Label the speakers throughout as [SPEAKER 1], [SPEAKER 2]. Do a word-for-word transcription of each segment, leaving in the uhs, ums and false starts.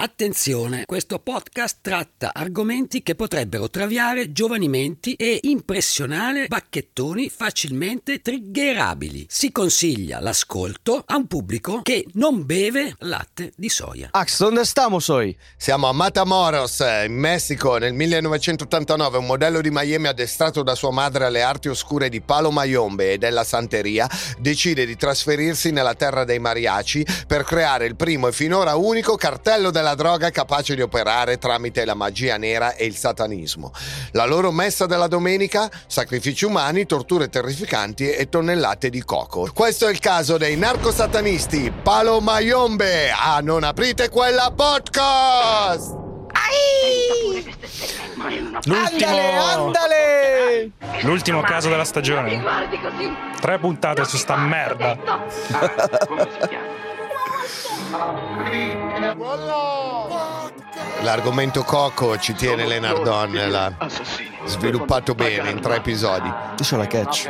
[SPEAKER 1] Attenzione, questo podcast tratta argomenti che potrebbero traviare giovani menti e impressionare bacchettoni facilmente triggerabili. Si consiglia l'ascolto a un pubblico che non beve latte di soia.
[SPEAKER 2] Ax, ¿dónde estamos hoy?
[SPEAKER 3] Siamo a Matamoros, in Messico, nel millenovecentottantanove. Un modello di Miami addestrato da sua madre alle arti oscure di Palo Mayombe e della santeria decide di trasferirsi nella terra dei mariachi per creare il primo e finora unico cartello della droga capace di operare tramite la magia nera e il satanismo. La loro messa della domenica: sacrifici umani, torture terrificanti e tonnellate di coco. Questo è il caso dei narcosatanisti Palo Mayombe a Non aprite quella podcast!
[SPEAKER 4] L'ultimo,
[SPEAKER 2] Andale, andale!
[SPEAKER 4] l'ultimo caso della stagione. Tre puntate su sta merda.
[SPEAKER 5] Come si chiama?
[SPEAKER 3] L'argomento coco ci tiene Lenardon, l'ha sviluppato bene in tre episodi.
[SPEAKER 2] Io c'ho la catch.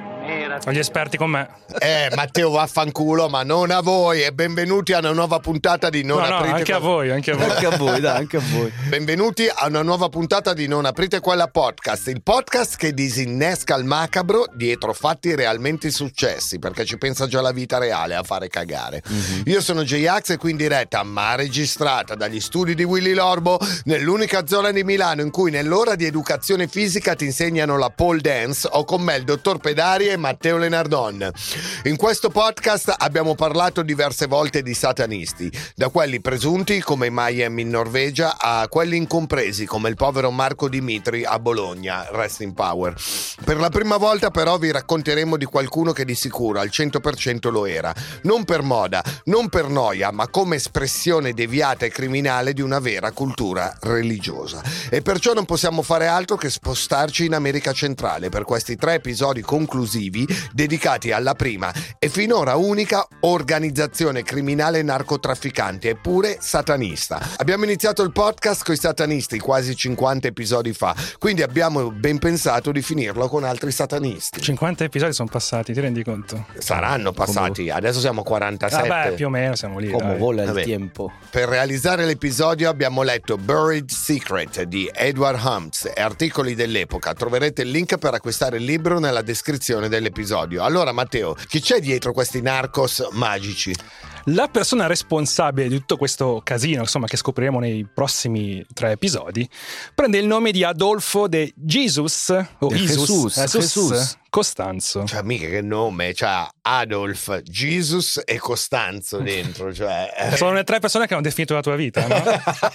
[SPEAKER 4] Ho gli esperti con me.
[SPEAKER 3] Eh, Matteo, vaffanculo, ma non a voi, e benvenuti a una nuova puntata di Non
[SPEAKER 4] No, no,
[SPEAKER 3] aprite
[SPEAKER 4] anche a voi, anche a voi.
[SPEAKER 2] Anche a voi, dai, anche a voi.
[SPEAKER 3] Benvenuti a una nuova puntata di Non aprite quella podcast, il podcast che disinnesca il macabro dietro fatti realmente successi, perché ci pensa già la vita reale a fare cagare. Mm-hmm. Io sono J-Ax e qui in diretta, ma registrata dagli studi di Willy Lorbo, nell'unica zona di Milano in cui nell'ora di educazione fisica ti insegnano la pole dance, ho con me il dottor Pedari e Matteo Lenardon. In questo podcast abbiamo parlato diverse volte di satanisti, da quelli presunti come Mayhem in Norvegia a quelli incompresi come il povero Marco Dimitri a Bologna, rest in power. Per la prima volta però vi racconteremo di qualcuno che di sicuro al cento per cento lo era, non per moda, non per noia, ma come espressione deviata e criminale di una vera cultura religiosa. E perciò non possiamo fare altro che spostarci in America centrale per questi tre episodi conclusivi dedicati alla prima e finora unica organizzazione criminale narcotrafficante eppure satanista. Abbiamo iniziato il podcast con i satanisti quasi cinquanta episodi fa, quindi abbiamo ben pensato di finirlo con altri satanisti.
[SPEAKER 4] cinquanta episodi sono passati, ti rendi conto?
[SPEAKER 3] Saranno passati, adesso siamo a quarantasette.
[SPEAKER 4] Vabbè, più o meno siamo lì.
[SPEAKER 2] Come
[SPEAKER 4] dai.
[SPEAKER 2] vola
[SPEAKER 3] Vabbè.
[SPEAKER 2] il tempo.
[SPEAKER 3] Per realizzare l'episodio abbiamo letto Buried Secret di Edward Humphrey e articoli dell'epoca. Troverete il link per acquistare il libro nella descrizione dell'episodio. Allora Matteo, chi c'è dietro questi narcos magici?
[SPEAKER 4] La persona responsabile di tutto questo casino, insomma, che scopriremo nei prossimi tre episodi, prende il nome di Adolfo de Jesus o
[SPEAKER 2] De
[SPEAKER 4] Jesus,
[SPEAKER 2] Jesus,
[SPEAKER 4] Jesus,
[SPEAKER 2] Jesus.
[SPEAKER 4] Costanzo.
[SPEAKER 3] Cioè mica che nome, cioè Adolf, Jesus e Costanzo dentro, cioè
[SPEAKER 4] Sono le tre persone che hanno definito la tua vita, no?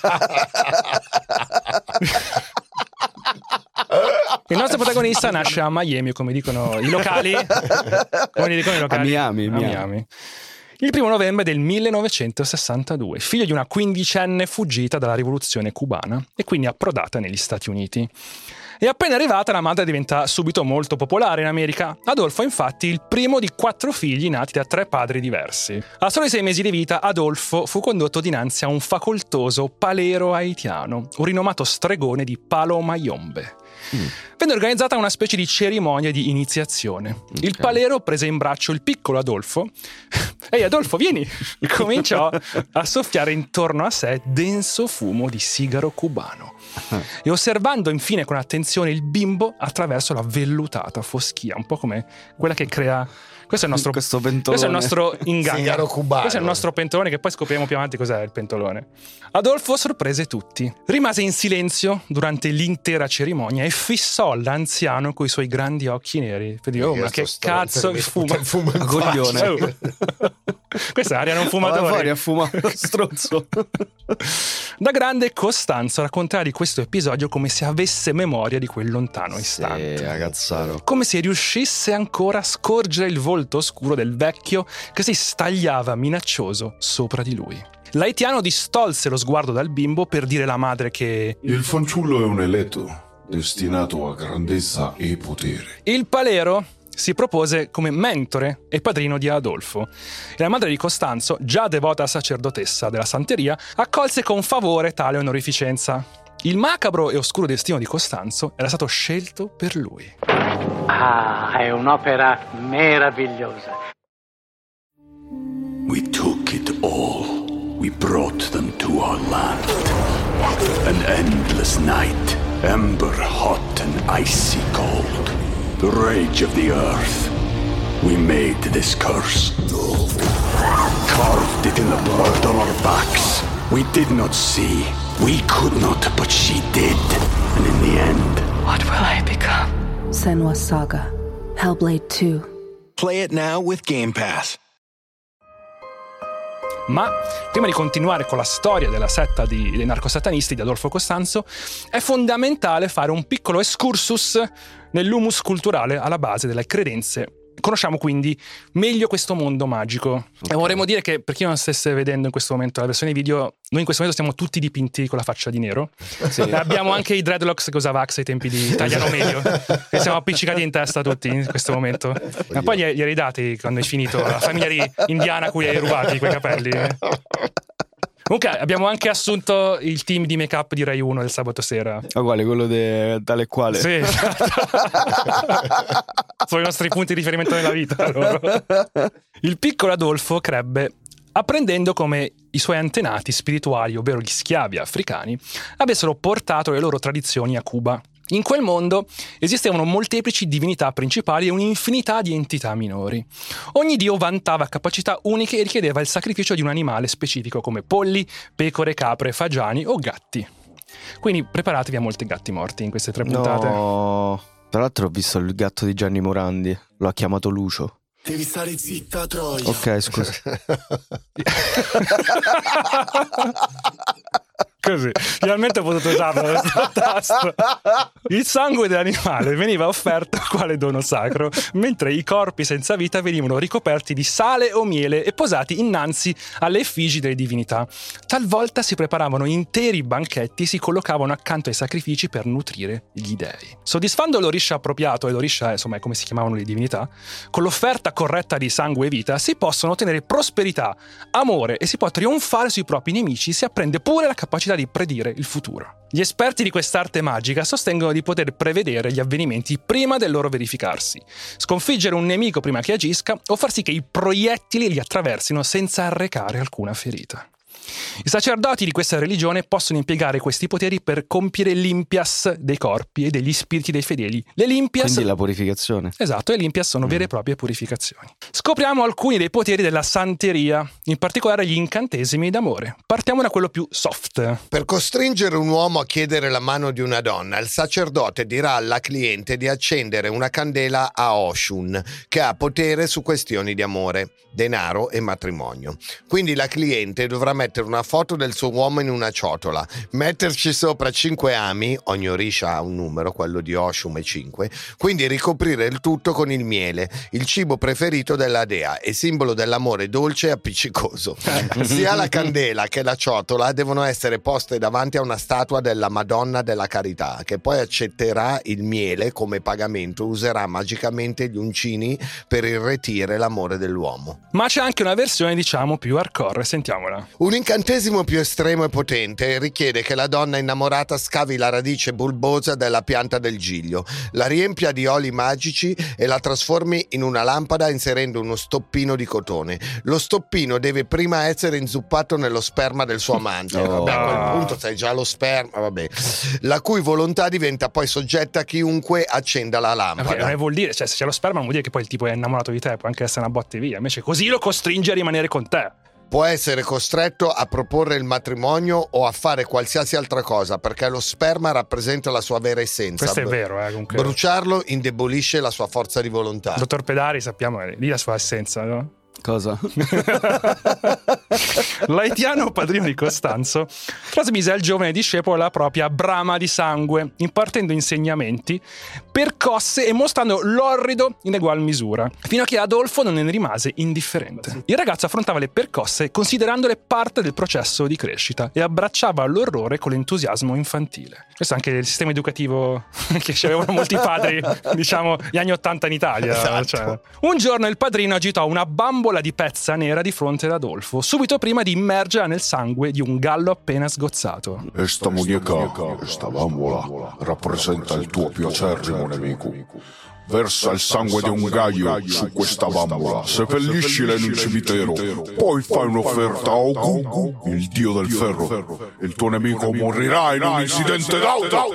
[SPEAKER 4] Il nostro protagonista nasce a Miami, come dicono i locali. Come dicono i locali?
[SPEAKER 2] A Miami,
[SPEAKER 4] A
[SPEAKER 2] Miami.
[SPEAKER 4] Miami. Il primo novembre del millenovecentosessantadue, figlio di una quindicenne fuggita dalla rivoluzione cubana e quindi approdata negli Stati Uniti. E appena arrivata la madre diventa subito molto popolare in America. Adolfo è infatti il primo di quattro figli nati da tre padri diversi. A soli sei mesi di vita Adolfo fu condotto dinanzi a un facoltoso palero haitiano, un rinomato stregone di Palo Mayombe. Mm. Venne organizzata una specie di cerimonia di iniziazione. Okay. Il palero prese in braccio il piccolo Adolfo. Ehi Adolfo, vieni! Cominciò a soffiare intorno a sé denso fumo di sigaro cubano. E osservando infine con attenzione il bimbo attraverso la vellutata foschia, un po' come quella che crea. Questo è il nostro,
[SPEAKER 2] questo pentolone.
[SPEAKER 4] Questo è il nostro inganno.
[SPEAKER 3] Sigaro cubano.
[SPEAKER 4] Questo è il nostro pentolone, che poi scopriremo più avanti cos'è il pentolone. Adolfo sorprese tutti. Rimase in silenzio durante l'intera cerimonia e fissò l'anziano coi suoi grandi occhi neri. Vedi, oh, ma che cazzo il fumo?
[SPEAKER 3] Il fumo in
[SPEAKER 2] Coglione.
[SPEAKER 3] faccia.
[SPEAKER 4] Questa è aria non fumatore.
[SPEAKER 2] Fuori a fumare lo stronzo.
[SPEAKER 4] Da grande Costanzo racconterà di questo episodio come se avesse memoria di quel lontano istante.
[SPEAKER 2] Sì, ragazzaro.
[SPEAKER 4] Come se riuscisse ancora a scorgere il volto oscuro del vecchio che si stagliava minaccioso sopra di lui. L'haitiano distolse lo sguardo dal bimbo per dire alla madre che
[SPEAKER 6] il fanciullo è un eletto, destinato a grandezza e potere.
[SPEAKER 4] Il palero si propose come mentore e padrino di Adolfo. E la madre di Costanzo, già devota sacerdotessa della santeria, accolse con favore tale onorificenza. Il macabro e oscuro destino di Costanzo era stato scelto per lui.
[SPEAKER 5] Ah, è un'opera meravigliosa.
[SPEAKER 6] We took it all.
[SPEAKER 7] we brought them to our land. An endless night, ember hot and icy cold. The rage of the earth. We made this curse. Carved it in the blood on our backs. We did not see. We could not, but she did. And in the end...
[SPEAKER 8] What will I become?
[SPEAKER 9] Senua's Saga. Hellblade two.
[SPEAKER 10] Play it now with Game Pass.
[SPEAKER 4] Ma prima di continuare con la storia della setta di, dei narcosatanisti di Adolfo Costanzo, è fondamentale fare un piccolo excursus nell'humus culturale alla base delle credenze. Conosciamo quindi meglio questo mondo magico. Okay. E vorremmo dire che, per chi non stesse vedendo in questo momento la versione video, noi in questo momento stiamo tutti dipinti con la faccia di nero. Sì. Abbiamo anche i dreadlocks che usava Axe ai tempi di Italiano Medio, che siamo appiccicati in testa tutti in questo momento. Ma poi gli, gli hai dati quando hai finito la famiglia di indiana a cui hai rubati quei capelli. Comunque abbiamo anche assunto il team di make up di Rai uno del sabato sera.
[SPEAKER 2] Ah, quale? Quello de... tale e quale?
[SPEAKER 4] Sì, esatto. Sono i nostri punti di riferimento nella vita loro. Il piccolo Adolfo crebbe apprendendo come i suoi antenati spirituali, ovvero gli schiavi africani, avessero portato le loro tradizioni a Cuba. In quel mondo esistevano molteplici divinità principali e un'infinità di entità minori. Ogni dio vantava capacità uniche e richiedeva il sacrificio di un animale specifico come polli, pecore, capre, fagiani o gatti. Quindi preparatevi a molti gatti morti in queste tre puntate.
[SPEAKER 2] No, tra l'altro ho visto il gatto di Gianni Morandi, lo ha chiamato Lucio.
[SPEAKER 10] Devi stare zitta, Troia.
[SPEAKER 2] Ok, scusa.
[SPEAKER 4] Così, finalmente ho potuto usarlo questo tasto. Il sangue dell'animale veniva offerto quale dono sacro, mentre i corpi senza vita venivano ricoperti di sale o miele e posati innanzi alle effigi delle divinità. Talvolta si preparavano interi banchetti e si collocavano accanto ai sacrifici per nutrire gli dei. Soddisfando l'orisha appropriato, e l'orisha insomma è come si chiamavano le divinità, con l'offerta corretta di sangue e vita si possono ottenere prosperità, amore e si può trionfare sui propri nemici, si apprende pure la capacità di predire il futuro. Gli esperti di quest'arte magica sostengono di poter prevedere gli avvenimenti prima del loro verificarsi, sconfiggere un nemico prima che agisca o far sì che i proiettili li attraversino senza arrecare alcuna ferita. I sacerdoti di questa religione possono impiegare questi poteri per compiere l'impias dei corpi e degli spiriti dei fedeli. Le limpias...
[SPEAKER 2] Quindi la purificazione.
[SPEAKER 4] Esatto, le limpias sono mm. vere e proprie purificazioni. Scopriamo alcuni dei poteri della santeria, in particolare gli incantesimi d'amore. Partiamo da quello più soft.
[SPEAKER 3] Per costringere un uomo a chiedere la mano di una donna, il sacerdote dirà alla cliente di accendere una candela a Oshun, che ha potere su questioni di amore, denaro e matrimonio. Quindi la cliente dovrà mettere una foto del suo uomo in una ciotola, metterci sopra cinque ami, ogni orisha ha un numero, quello di Oshun è cinque, quindi ricoprire il tutto con il miele, il cibo preferito della dea e simbolo dell'amore dolce e appiccicoso. Sia la candela che la ciotola devono essere poste davanti a una statua della Madonna della Carità, che poi accetterà il miele come pagamento, userà magicamente gli uncini per irretire l'amore dell'uomo.
[SPEAKER 4] Ma c'è anche una versione diciamo più hardcore, sentiamola.
[SPEAKER 3] Un incantesimo più estremo e potente richiede che la donna innamorata scavi la radice bulbosa della pianta del giglio, la riempia di oli magici e la trasformi in una lampada inserendo uno stoppino di cotone. Lo stoppino deve prima essere inzuppato nello sperma del suo amante.
[SPEAKER 2] Oh.
[SPEAKER 3] Vabbè, a quel punto sai già lo sperma, vabbè. La cui volontà diventa poi soggetta a chiunque accenda la lampada.
[SPEAKER 4] Okay, non vuol dire, cioè se c'è lo sperma non vuol dire che poi il tipo è innamorato di te, può anche essere una botte via. Invece così lo costringe a rimanere con te.
[SPEAKER 3] Può essere costretto a proporre il matrimonio o a fare qualsiasi altra cosa, perché lo sperma rappresenta la sua vera essenza.
[SPEAKER 4] Questo è vero, eh, comunque.
[SPEAKER 3] Bruciarlo indebolisce la sua forza di volontà.
[SPEAKER 4] Dottor Pedari, sappiamo, è lì la sua essenza, no?
[SPEAKER 2] Cosa?
[SPEAKER 4] L'haitiano padrino di Costanzo trasmise al giovane discepolo la propria brama di sangue, impartendo insegnamenti, percosse e mostrando l'orrido in egual misura, fino a che Adolfo non ne rimase indifferente. Il ragazzo affrontava le percosse considerandole parte del processo di crescita e abbracciava l'orrore con l'entusiasmo infantile. Questo è anche il sistema educativo che ci avevano molti padri, diciamo, gli anni ottanta in Italia.
[SPEAKER 3] Esatto.
[SPEAKER 4] Cioè. Un giorno il padrino agitò una bambola di pezza nera di fronte ad Adolfo, subito prima di immergerla nel sangue di un gallo appena sgozzato.
[SPEAKER 6] Esta muñeca, esta bambola, rappresenta il tuo più acerrimo nemico. versa il sangue di un gaio su questa bambola, seppelliscila in un cimitero, poi fai un'offerta a Ogu, il dio del ferro, e il tuo nemico morirà in un incidente d'auto.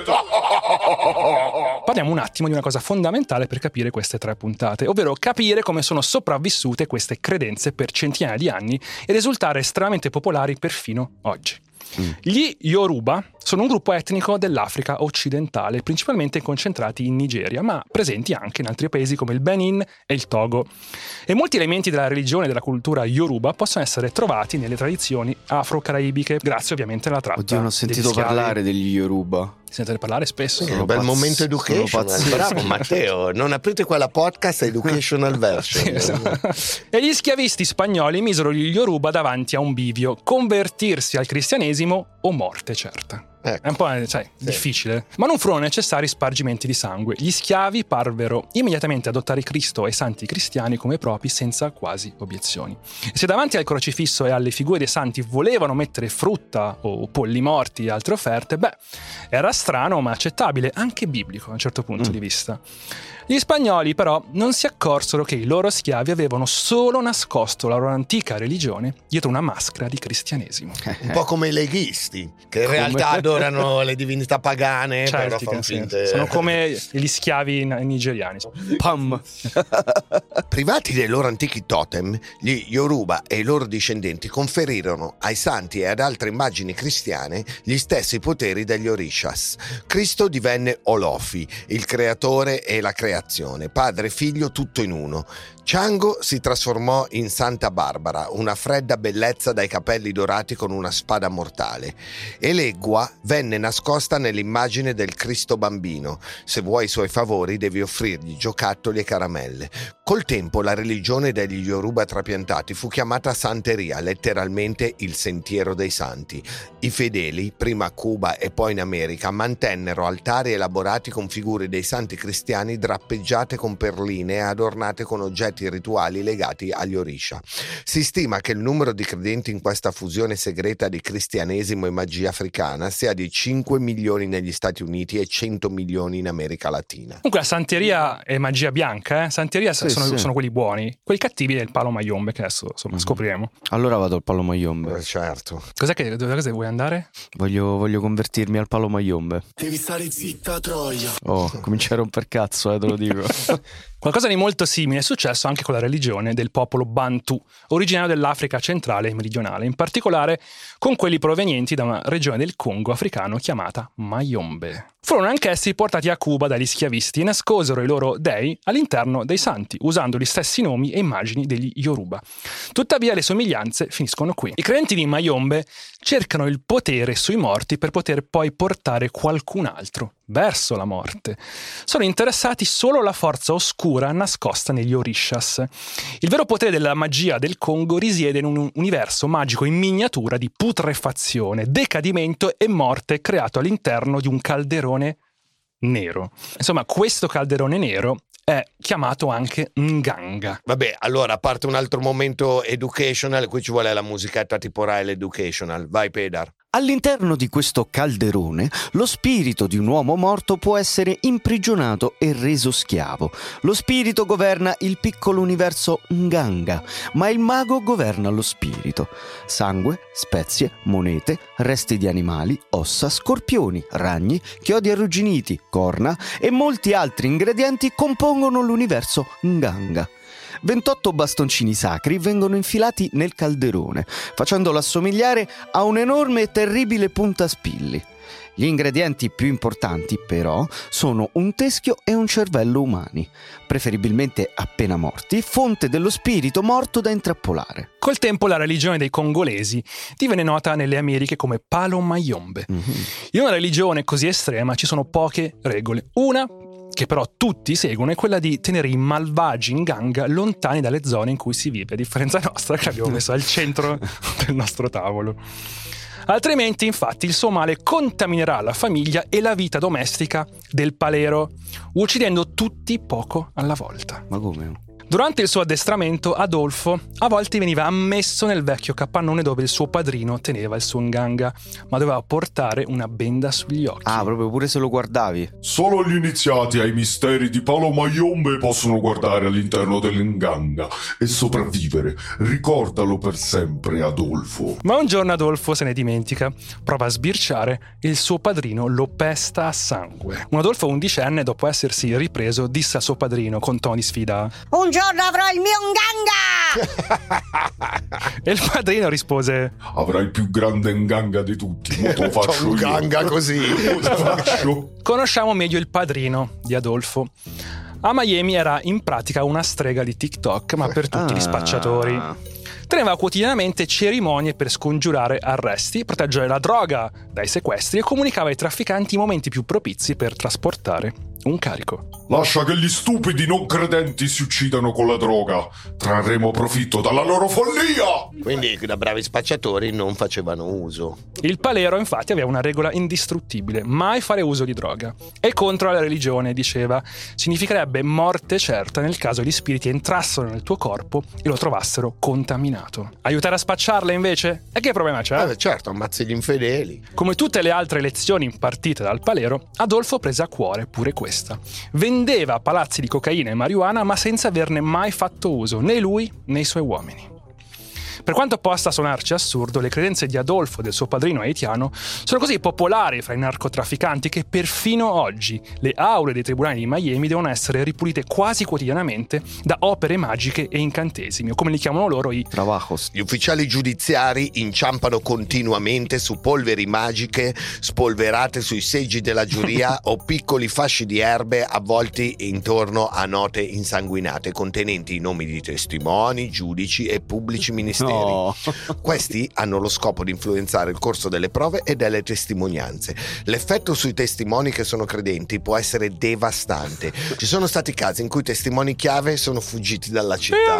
[SPEAKER 4] Parliamo un attimo di una cosa fondamentale per capire queste tre puntate, ovvero capire come sono sopravvissute queste credenze per centinaia di anni e risultare estremamente popolari perfino oggi. Mm. Gli Yoruba sono un gruppo etnico dell'Africa occidentale, principalmente concentrati in Nigeria, ma presenti anche in altri paesi come il Benin e il Togo. E molti elementi della religione e della cultura Yoruba possono essere trovati nelle tradizioni afro-caraibiche, grazie ovviamente alla tratta.
[SPEAKER 2] Oddio, non ho sentito parlare degli Yoruba.
[SPEAKER 4] Sentite parlare spesso?
[SPEAKER 3] È un bel
[SPEAKER 2] pazz-
[SPEAKER 3] momento educational. Bravo Matteo, non aprite quella podcast educational version.
[SPEAKER 4] Sì, esatto. E gli schiavisti spagnoli misero gli Yoruba davanti a un bivio: convertirsi al cristianesimo o morte certa. Ecco. È un po' sai, sì. difficile, ma non furono necessari spargimenti di sangue. Gli schiavi parvero immediatamente adottare Cristo e i santi cristiani come propri senza quasi obiezioni. E se davanti al crocifisso e alle figure dei santi volevano mettere frutta o polli morti e altre offerte, beh, era strano ma accettabile, anche biblico a un certo punto mm. di vista. Gli spagnoli però non si accorsero che i loro schiavi avevano solo nascosto la loro antica religione dietro una maschera di cristianesimo.
[SPEAKER 3] Un po' come i leghisti, che in come... realtà adorano le divinità pagane,
[SPEAKER 4] certo,
[SPEAKER 3] però fanno finte...
[SPEAKER 4] Sono come gli schiavi nigeriani.
[SPEAKER 2] Pam!
[SPEAKER 3] Privati dei loro antichi totem, gli Yoruba e i loro discendenti conferirono ai santi e ad altre immagini cristiane gli stessi poteri degli Orishas. Cristo divenne Olofi, il creatore e la creazione, padre e figlio tutto in uno. Chango si trasformò in Santa Barbara, una fredda bellezza dai capelli dorati con una spada mortale. Elegua venne nascosta nell'immagine del Cristo bambino. Se vuoi i suoi favori devi offrirgli giocattoli e caramelle. Col tempo la religione degli Yoruba trapiantati fu chiamata Santeria, letteralmente il sentiero dei santi. I fedeli, prima a Cuba e poi in America, mantennero altari elaborati con figure dei santi cristiani drappeggiate con perline e adornate con oggetti rituali legati agli Orisha. Si stima che il numero di credenti in questa fusione segreta di cristianesimo e magia africana sia di cinque milioni negli Stati Uniti e cento milioni in America Latina.
[SPEAKER 4] Comunque la santeria è magia bianca, eh? Santeria sì, sono, sì. sono quelli buoni, quelli cattivi è il palo mayombe, che adesso insomma, mm. scopriremo.
[SPEAKER 2] Allora vado al palo mayombe.
[SPEAKER 3] Eh, certo.
[SPEAKER 4] Cos'è che dove vuoi andare?
[SPEAKER 2] Voglio, voglio convertirmi al palo mayombe.
[SPEAKER 10] Devi stare zitta, Troia.
[SPEAKER 2] Oh, cominciare a romper cazzo, eh, te lo dico.
[SPEAKER 4] Qualcosa di molto simile è successo anche con la religione del popolo Bantu, originario dell'Africa centrale e meridionale, in particolare con quelli provenienti da una regione del Congo africano chiamata Mayombe. Furono anch'essi portati a Cuba dagli schiavisti e nascosero i loro dei all'interno dei santi, usando gli stessi nomi e immagini degli Yoruba. Tuttavia le somiglianze finiscono qui. I credenti di Mayombe cercano il potere sui morti per poter poi portare qualcun altro verso la morte. Sono interessati solo alla forza oscura nascosta negli Orishas. Il vero potere della magia del Congo risiede in un universo magico in miniatura di putrefazione, decadimento e morte creato all'interno di un calderone nero. Insomma, questo calderone nero è chiamato anche Nganga.
[SPEAKER 3] Vabbè, allora, a parte un altro momento educational, qui ci vuole la musichetta tipo Rile Educational. Vai, Pedar.
[SPEAKER 2] All'interno di questo calderone, lo spirito di un uomo morto può essere imprigionato e reso schiavo. Lo spirito governa il piccolo universo Nganga, ma il mago governa lo spirito. Sangue, spezie, monete, resti di animali, ossa, scorpioni, ragni, chiodi arrugginiti, corna e molti altri ingredienti compongono l'universo Nganga. ventotto bastoncini sacri vengono infilati nel calderone, facendolo assomigliare a un enorme e terribile puntaspilli. Gli ingredienti più importanti, però, sono un teschio e un cervello umani, preferibilmente appena morti, fonte dello spirito morto da intrappolare.
[SPEAKER 4] Col tempo la religione dei congolesi divenne nota nelle Americhe come Palo Mayombe. Mm-hmm. In una religione così estrema ci sono poche regole. Una che però tutti seguono è quella di tenere i malvagi Nganga lontani dalle zone in cui si vive, a differenza nostra che abbiamo messo al centro del nostro tavolo. Altrimenti, infatti, il suo male contaminerà la famiglia e la vita domestica del palero, uccidendo tutti poco alla volta.
[SPEAKER 2] Ma come?
[SPEAKER 4] Durante il suo addestramento, Adolfo a volte veniva ammesso nel vecchio capannone dove il suo padrino teneva il suo nganga, ma doveva portare una benda sugli occhi.
[SPEAKER 2] Ah, proprio pure se lo guardavi.
[SPEAKER 6] Solo gli iniziati ai misteri di Palo Mayombe possono guardare all'interno dell'nganga e sopravvivere. Ricordalo per sempre, Adolfo.
[SPEAKER 4] Ma un giorno Adolfo se ne dimentica, prova a sbirciare e il suo padrino lo pesta a sangue. Un Adolfo undicenne, dopo essersi ripreso, disse a suo padrino con tono di sfida:
[SPEAKER 8] un giorno avrò il mio nganga!
[SPEAKER 4] E il padrino rispose:
[SPEAKER 6] avrai il più grande nganga di tutti, ma te lo faccio
[SPEAKER 3] un
[SPEAKER 6] io.
[SPEAKER 3] nganga così.
[SPEAKER 6] Faccio.
[SPEAKER 4] Conosciamo meglio il padrino di Adolfo. A Miami era in pratica una strega di TikTok, ma per tutti
[SPEAKER 2] Ah.
[SPEAKER 4] gli spacciatori. Teneva quotidianamente cerimonie per scongiurare arresti, proteggere la droga dai sequestri e comunicava ai trafficanti i momenti più propizi per trasportare un carico.
[SPEAKER 6] Lascia che gli stupidi non credenti si uccidano con la droga. Trarremo profitto dalla loro follia.
[SPEAKER 3] Quindi da bravi spacciatori non facevano uso.
[SPEAKER 4] Il Palero infatti aveva una regola indistruttibile: mai fare uso di droga. E contro la religione, diceva, significherebbe morte certa nel caso gli spiriti entrassero nel tuo corpo e lo trovassero contaminato. Aiutare a spacciarle invece? E che problema c'è?
[SPEAKER 3] Eh, certo, ammazzi gli infedeli.
[SPEAKER 4] Come tutte le altre lezioni impartite dal Palero, Adolfo prese a cuore pure questa. Vendeva palazzi di cocaina e marijuana, ma senza averne mai fatto uso, né lui né i suoi uomini. Per quanto possa suonarci assurdo, le credenze di Adolfo e del suo padrino haitiano sono così popolari fra i narcotrafficanti che perfino oggi le aule dei tribunali di Miami devono essere ripulite quasi quotidianamente da opere magiche e incantesimi, o come li chiamano loro i
[SPEAKER 2] Trabajos.
[SPEAKER 3] Gli ufficiali giudiziari inciampano continuamente su polveri magiche spolverate sui seggi della giuria o piccoli fasci di erbe avvolti intorno a note insanguinate contenenti i nomi di testimoni, giudici e pubblici ministeri.
[SPEAKER 2] No.
[SPEAKER 3] Questi hanno lo scopo di influenzare il corso delle prove e delle testimonianze. L'effetto sui testimoni che sono credenti può essere devastante. Ci sono stati casi in cui testimoni chiave sono fuggiti dalla città,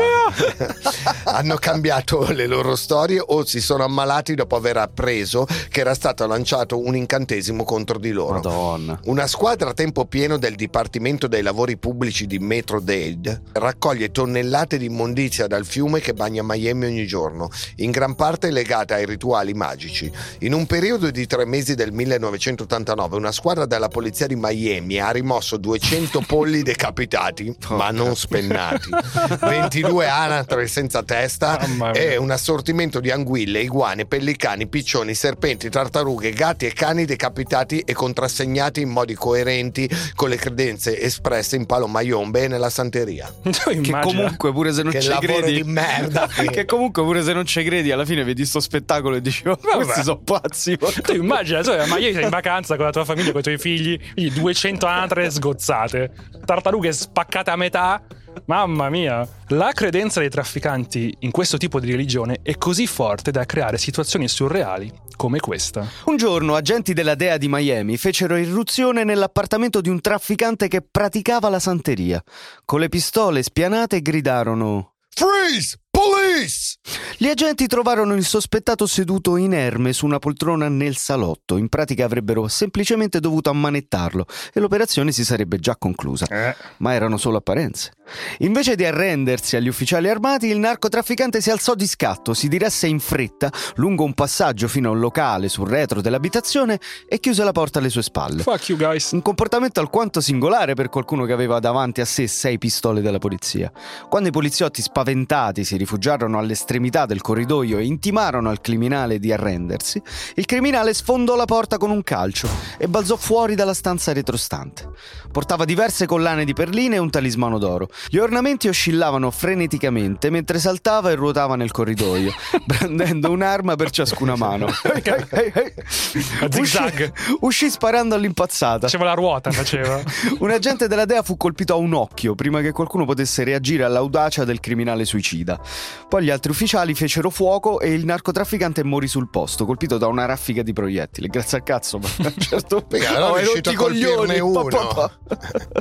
[SPEAKER 3] hanno cambiato le loro storie o si sono ammalati dopo aver appreso che era stato lanciato un incantesimo contro di loro.
[SPEAKER 2] Madonna.
[SPEAKER 3] Una squadra a tempo pieno del Dipartimento dei Lavori Pubblici di Metro-Dade raccoglie tonnellate di immondizia dal fiume che bagna Miami ogni giorno, in gran parte legata ai rituali magici. In un periodo di tre mesi del millenovecentottantanove, una squadra della polizia di Miami ha rimosso duecento polli decapitati, ma non spennati, ventidue anatre senza testa e un assortimento di anguille, iguane, pellicani, piccioni, serpenti, tartarughe, gatti e cani decapitati e contrassegnati in modi coerenti con le credenze espresse in Palo Mayombe e nella santeria.
[SPEAKER 2] Che comunque pure se non
[SPEAKER 3] Che
[SPEAKER 2] ci
[SPEAKER 3] lavoro
[SPEAKER 2] credi
[SPEAKER 3] di merda.
[SPEAKER 2] Che comunque pure se non ci credi alla fine vedi sto spettacolo e dici oh, questi sono pazzi.
[SPEAKER 4] Tu immagina, tu, ma io sei in vacanza con la tua famiglia, con i tuoi figli, quindi duecento anatre sgozzate, tartarughe spaccate a metà. Mamma mia! La credenza dei trafficanti in questo tipo di religione è così forte da creare situazioni surreali come questa.
[SPEAKER 2] Un giorno agenti della D E A di Miami fecero irruzione nell'appartamento di un trafficante che praticava la santeria. Con le pistole spianate gridarono
[SPEAKER 3] Freeze! Police!
[SPEAKER 2] Gli agenti trovarono il sospettato seduto inerme su una poltrona nel salotto. In pratica avrebbero semplicemente dovuto ammanettarlo e l'operazione si sarebbe già conclusa.
[SPEAKER 4] Eh.
[SPEAKER 2] Ma erano solo apparenze. Invece di arrendersi agli ufficiali armati, il narcotrafficante si alzò di scatto, si diresse in fretta lungo un passaggio fino a un locale sul retro dell'abitazione e chiuse la porta alle sue spalle.
[SPEAKER 4] Fuck you guys.
[SPEAKER 2] Un comportamento alquanto singolare per qualcuno che aveva davanti a sé sei pistole della polizia. Quando i poliziotti spaventati si rifugiarono all'estremità del corridoio e intimarono al criminale di arrendersi, il criminale sfondò la porta con un calcio e balzò fuori dalla stanza retrostante. Portava diverse collane di perline e un talismano d'oro. Gli ornamenti oscillavano freneticamente mentre saltava e ruotava nel corridoio, brandendo un'arma per ciascuna mano. Hey, hey, hey, hey.
[SPEAKER 4] A zigzag.
[SPEAKER 2] Uscì, uscì sparando all'impazzata.
[SPEAKER 4] Faceva la ruota, faceva.
[SPEAKER 2] Un agente della D E A fu colpito a un occhio prima che qualcuno potesse reagire all'audacia del criminale suicida. Poi gli altri ufficiali fecero fuoco e il narcotrafficante morì sul posto, colpito da una raffica di proiettili. Grazie al cazzo, ma a un certo punto
[SPEAKER 3] allora
[SPEAKER 2] oh,
[SPEAKER 3] è riuscito a colpirne uno.
[SPEAKER 2] Pa, pa, pa.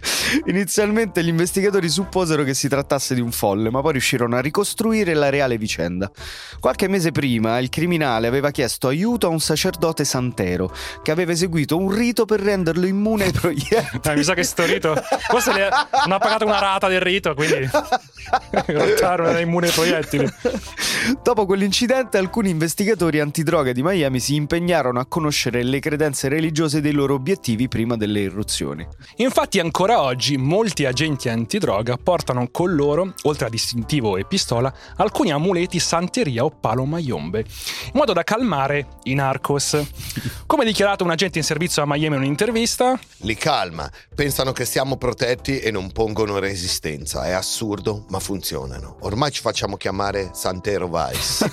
[SPEAKER 2] Inizialmente gli investigatori supposero che si trattasse di un folle, ma poi riuscirono a ricostruire la reale vicenda. Qualche mese prima il criminale aveva chiesto aiuto a un sacerdote santero che aveva eseguito un rito per renderlo immune ai proiettili.
[SPEAKER 4] Eh, mi sa che sto rito forse le... non ha pagato una rata del rito, quindi in realtà non era immune ai proiettili.
[SPEAKER 2] Dopo quell'incidente alcuni investigatori antidroga di Miami si impegnarono a conoscere le credenze religiose dei loro obiettivi prima delle irruzioni.
[SPEAKER 4] Infatti ancora oggi molti agenti antidroga portano con loro, oltre a distintivo e pistola, alcuni amuleti santeria o palo mayombe, in modo da calmare i narcos. Come dichiarato un agente in servizio a Miami in un'intervista:
[SPEAKER 3] li calma, pensano che siamo protetti e non pongono resistenza. È assurdo, ma funzionano. Ormai ci facciamo chiamare Santero Vice.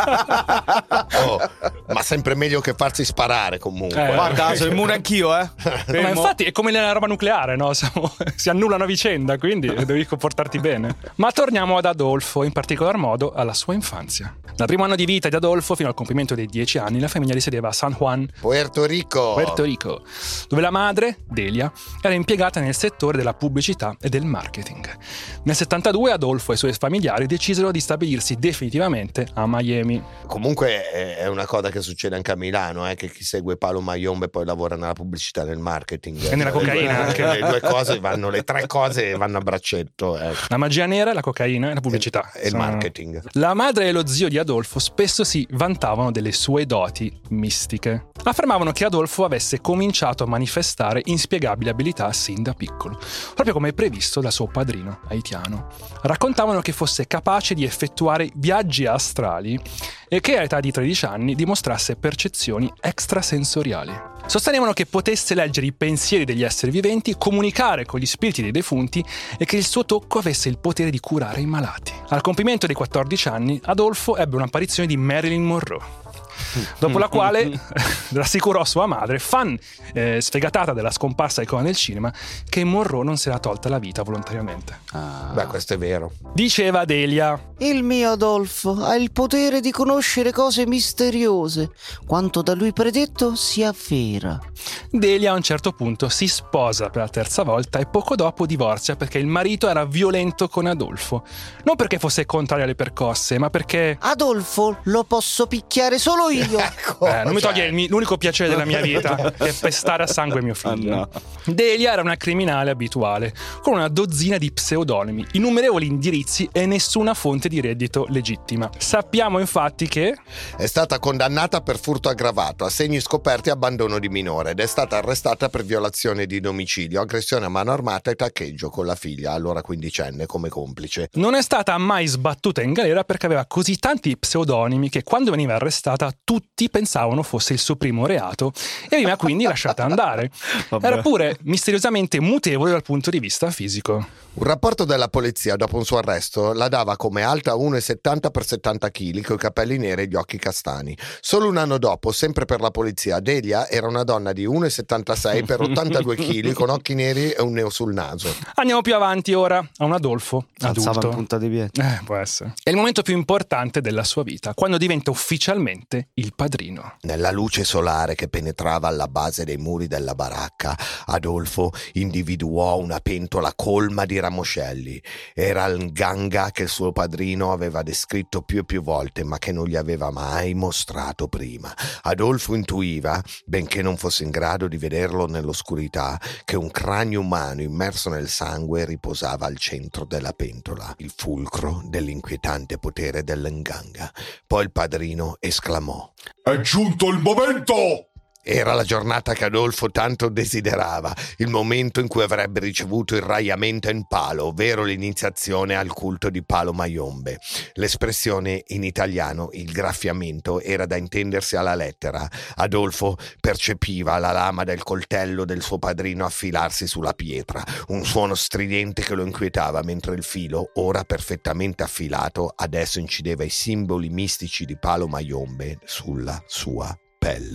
[SPEAKER 3] Oh, ma sempre meglio che farsi sparare comunque.
[SPEAKER 2] Eh, guarda, sono immune anch'io, eh.
[SPEAKER 4] No, ma infatti è come nella roba nucleare, no? Siamo, si annullano a vicenda, quindi devi comportarti bene. Ma torniamo ad Adolfo, in particolar modo alla sua infanzia. Dal primo anno di vita di Adolfo fino al compimento dei dieci anni la famiglia risiedeva a San Juan,
[SPEAKER 3] Puerto Rico.
[SPEAKER 4] Puerto Rico, dove la madre, Delia, era impiegata nel settore della pubblicità e del marketing. Nel settantadue Adolfo e i suoi familiari decisero di stabilirsi definitivamente a Miami.
[SPEAKER 3] Comunque è una cosa che succede anche a Milano, eh, che chi segue Palo Mayombe poi lavora nella pubblicità e nel marketing.
[SPEAKER 4] E nella cocaina
[SPEAKER 3] le,
[SPEAKER 4] anche.
[SPEAKER 3] Le due cose vanno, le tre cose vanno a braccetto. Eh.
[SPEAKER 4] La magia nera, la cocaina e la pubblicità.
[SPEAKER 3] E, e il
[SPEAKER 4] Sono...
[SPEAKER 3] marketing.
[SPEAKER 4] La madre e lo zio di Adolfo spesso si vantavano delle sue doti mistiche. Affermavano che Adolfo avesse cominciato a manifestare inspiegabili abilità sin da piccolo, proprio come previsto dal suo padrino haitiano. Raccontavano che fosse capace di effettuare viaggi astrali e che all'età di tredici anni dimostrasse percezioni extrasensoriali. Sostenevano che potesse leggere i pensieri degli esseri viventi, comunicare con gli spiriti dei defunti e che il suo tocco avesse il potere di curare i malati. Al compimento dei quattordici anni, Adolfo ebbe un'apparizione di Marilyn Monroe, dopo la quale rassicurò sua madre, fan eh, sfegatata della scomparsa icona del cinema, che Monroe non si era tolta la vita volontariamente.
[SPEAKER 3] Ah. Beh, questo è vero.
[SPEAKER 4] Diceva Delia:
[SPEAKER 2] il mio Adolfo ha il potere di conoscere cose misteriose. Quanto da lui predetto si avvera.
[SPEAKER 4] Delia a un certo punto si sposa per la terza volta e poco dopo divorzia perché il marito era violento con Adolfo. Non perché fosse contrario alle percosse, ma perché
[SPEAKER 2] Adolfo lo posso picchiare solo io.
[SPEAKER 3] Ecco,
[SPEAKER 4] eh, non mi
[SPEAKER 3] cioè...
[SPEAKER 4] toglie il mio, l'unico piacere della mia vita, che è pestare a sangue mio figlio. Oh, no. Delia era una criminale abituale, con una dozzina di pseudonimi, innumerevoli indirizzi e nessuna fonte di reddito legittima. Sappiamo infatti che
[SPEAKER 3] è stata condannata per furto aggravato, assegni scoperti e abbandono di minore, ed è stata arrestata per violazione di domicilio, aggressione a mano armata e taccheggio con la figlia, allora quindicenne, come complice.
[SPEAKER 4] Non è stata mai sbattuta in galera perché aveva così tanti pseudonimi che quando veniva arrestata tutti pensavano fosse il suo primo reato e veniva quindi lasciata andare. Vabbè. Era pure misteriosamente mutevole dal punto di vista fisico.
[SPEAKER 3] Un rapporto della polizia dopo un suo arresto la dava come alta uno virgola settanta per settanta chili, coi capelli neri e gli occhi castani. Solo un anno dopo, sempre per la polizia, Delia era una donna di uno virgola settantasei per ottantadue chili, con occhi neri e un neo sul naso.
[SPEAKER 4] Andiamo più avanti ora a un Adolfo adulto.
[SPEAKER 2] Alzava in punta di piedi.
[SPEAKER 4] Eh, può essere. È il momento più importante della sua vita, quando diventa ufficialmente il padrino.
[SPEAKER 3] Nella luce solare che penetrava alla base dei muri della baracca, Adolfo individuò una pentola colma di ramoscelli. Era il Nganga che il suo padrino aveva descritto più e più volte, ma che non gli aveva mai mostrato prima. Adolfo intuiva, benché non fosse in grado di vederlo nell'oscurità, che un cranio umano immerso nel sangue riposava al centro della pentola, il fulcro dell'inquietante potere dell'Nganga. Poi il padrino esclamò:
[SPEAKER 6] è giunto il momento!
[SPEAKER 3] Era la giornata che Adolfo tanto desiderava, il momento in cui avrebbe ricevuto il raiamento in palo, ovvero l'iniziazione al culto di Palo Mayombe. L'espressione in italiano, il graffiamento, era da intendersi alla lettera. Adolfo percepiva la lama del coltello del suo padrino affilarsi sulla pietra, un suono stridente che lo inquietava, mentre il filo, ora perfettamente affilato, adesso incideva i simboli mistici di Palo Mayombe sulla sua pelle.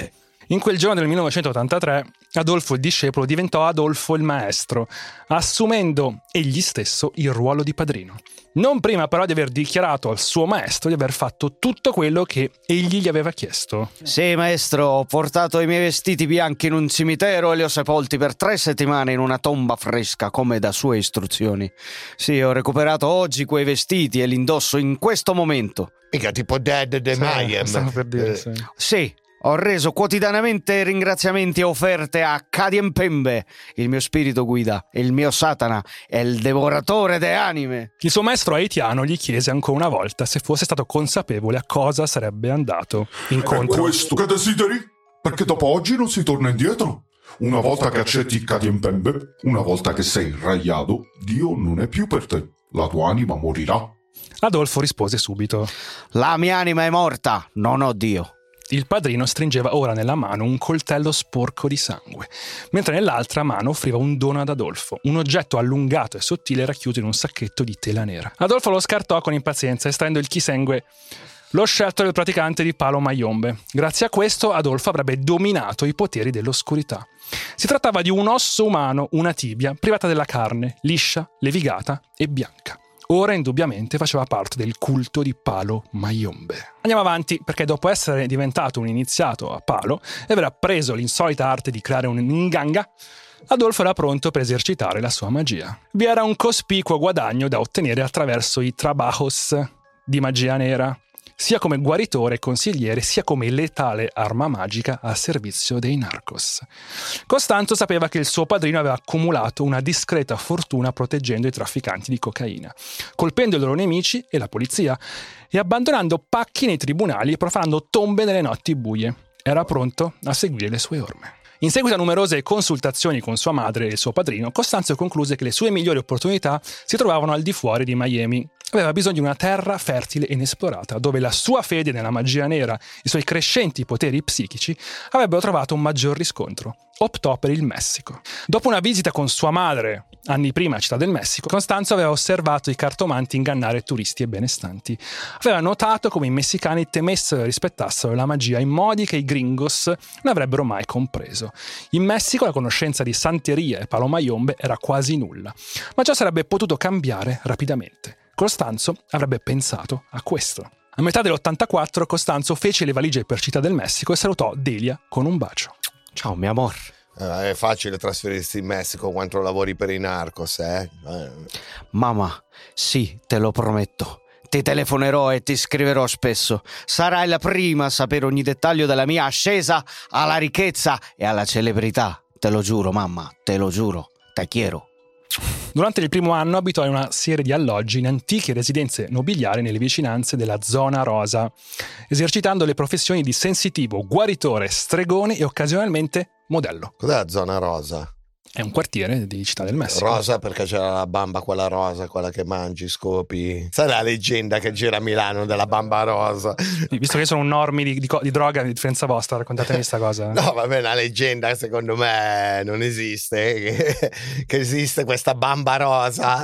[SPEAKER 4] In quel giorno del millenovecentottantatré, Adolfo il discepolo diventò Adolfo il maestro, assumendo egli stesso il ruolo di padrino. Non prima però di aver dichiarato al suo maestro di aver fatto tutto quello che egli gli aveva chiesto.
[SPEAKER 2] Sì, maestro, ho portato i miei vestiti bianchi in un cimitero e li ho sepolti per tre settimane in una tomba fresca, come da sue istruzioni. Sì, ho recuperato oggi quei vestiti e li indosso in questo momento.
[SPEAKER 3] Mica tipo Dead the Mayhem.
[SPEAKER 4] Stavo per dire,
[SPEAKER 3] Eh,
[SPEAKER 4] sì.
[SPEAKER 2] Sì, ho reso quotidianamente ringraziamenti e offerte a Kadiempembe, il mio spirito guida, il mio Satana e il devoratore de anime.
[SPEAKER 4] Il suo maestro haitiano gli chiese ancora una volta se fosse stato consapevole a cosa sarebbe andato
[SPEAKER 6] È
[SPEAKER 4] incontro.
[SPEAKER 6] questo che desideri? Perché dopo oggi non si torna indietro. Una volta che accetti Kadiempembe, una volta che sei raiato, Dio non è più per te. La tua anima morirà.
[SPEAKER 4] Adolfo rispose subito.
[SPEAKER 2] La mia anima è morta, non ho Dio.
[SPEAKER 4] Il padrino stringeva ora nella mano un coltello sporco di sangue, mentre nell'altra mano offriva un dono ad Adolfo, un oggetto allungato e sottile racchiuso in un sacchetto di tela nera. Adolfo lo scartò con impazienza, estraendo il chisengue, lo scelto del praticante di Palo Mayombe. Grazie a questo Adolfo avrebbe dominato i poteri dell'oscurità. Si trattava di un osso umano, una tibia, privata della carne, liscia, levigata e bianca. Ora indubbiamente faceva parte del culto di Palo Mayombe. Andiamo avanti, perché dopo essere diventato un iniziato a Palo e aver appreso l'insolita arte di creare un nganga, Adolfo era pronto per esercitare la sua magia. Vi era un cospicuo guadagno da ottenere attraverso i trabajos di magia nera, sia come guaritore e consigliere, sia come letale arma magica a servizio dei narcos. Costanzo sapeva che il suo padrino aveva accumulato una discreta fortuna proteggendo i trafficanti di cocaina, colpendo i loro nemici e la polizia, e abbandonando pacchi nei tribunali e profanando tombe nelle notti buie. Era pronto a seguire le sue orme. In seguito a numerose consultazioni con sua madre e il suo padrino, Costanzo concluse che le sue migliori opportunità si trovavano al di fuori di Miami. Aveva bisogno di una terra fertile e inesplorata, dove la sua fede nella magia nera e i suoi crescenti poteri psichici avrebbero trovato un maggior riscontro. Optò per il Messico. Dopo una visita con sua madre, anni prima a Città del Messico, Costanzo aveva osservato i cartomanti ingannare turisti e benestanti. Aveva notato come i messicani temessero e rispettassero la magia in modi che i gringos non avrebbero mai compreso. In Messico la conoscenza di santeria e Palo Mayombe era quasi nulla, ma ciò sarebbe potuto cambiare rapidamente. Costanzo avrebbe pensato a questo. A metà dell'ottantaquattro Costanzo fece le valigie per Città del Messico e salutò Delia con un bacio.
[SPEAKER 2] Ciao, mio amor.
[SPEAKER 3] Eh, è facile trasferirsi in Messico quando lavori per i narcos, eh? eh.
[SPEAKER 2] Mamma, sì, te lo prometto. Ti telefonerò e ti scriverò spesso. Sarai la prima a sapere ogni dettaglio della mia ascesa alla ricchezza e alla celebrità. Te lo giuro, mamma, te lo giuro. Te quiero.
[SPEAKER 4] Durante il primo anno abitò in una serie di alloggi in antiche residenze nobiliari nelle vicinanze della Zona Rosa, esercitando le professioni di sensitivo, guaritore, stregone e occasionalmente modello.
[SPEAKER 3] Cos'è la Zona Rosa?
[SPEAKER 4] È un quartiere di Città del Messico.
[SPEAKER 3] Rosa perché c'era la bamba quella rosa, quella che mangi, scopi. Sai la leggenda che gira a Milano della bamba rosa?
[SPEAKER 4] Visto che io sono un normi di, di, di droga, a differenza vostra, raccontatemi questa cosa.
[SPEAKER 3] No, vabbè, una leggenda secondo me non esiste, che, che esiste questa bamba rosa,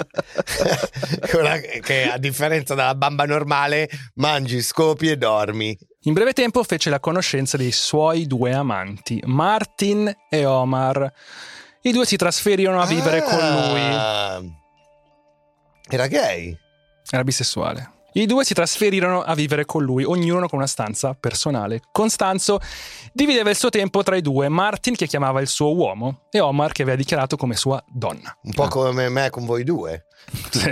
[SPEAKER 3] quella che a differenza della bamba normale mangi, scopi e dormi.
[SPEAKER 4] In breve tempo fece la conoscenza dei suoi due amanti, Martin e Omar. I due si trasferirono a vivere
[SPEAKER 3] ah,
[SPEAKER 4] con lui.
[SPEAKER 3] Era gay?
[SPEAKER 4] Era bisessuale. I due si trasferirono a vivere con lui, ognuno con una stanza personale. Costanzo divideva il suo tempo tra i due, Martin che chiamava il suo uomo e Omar che aveva dichiarato come sua donna.
[SPEAKER 3] Un po' come me con voi due.
[SPEAKER 4] Sì.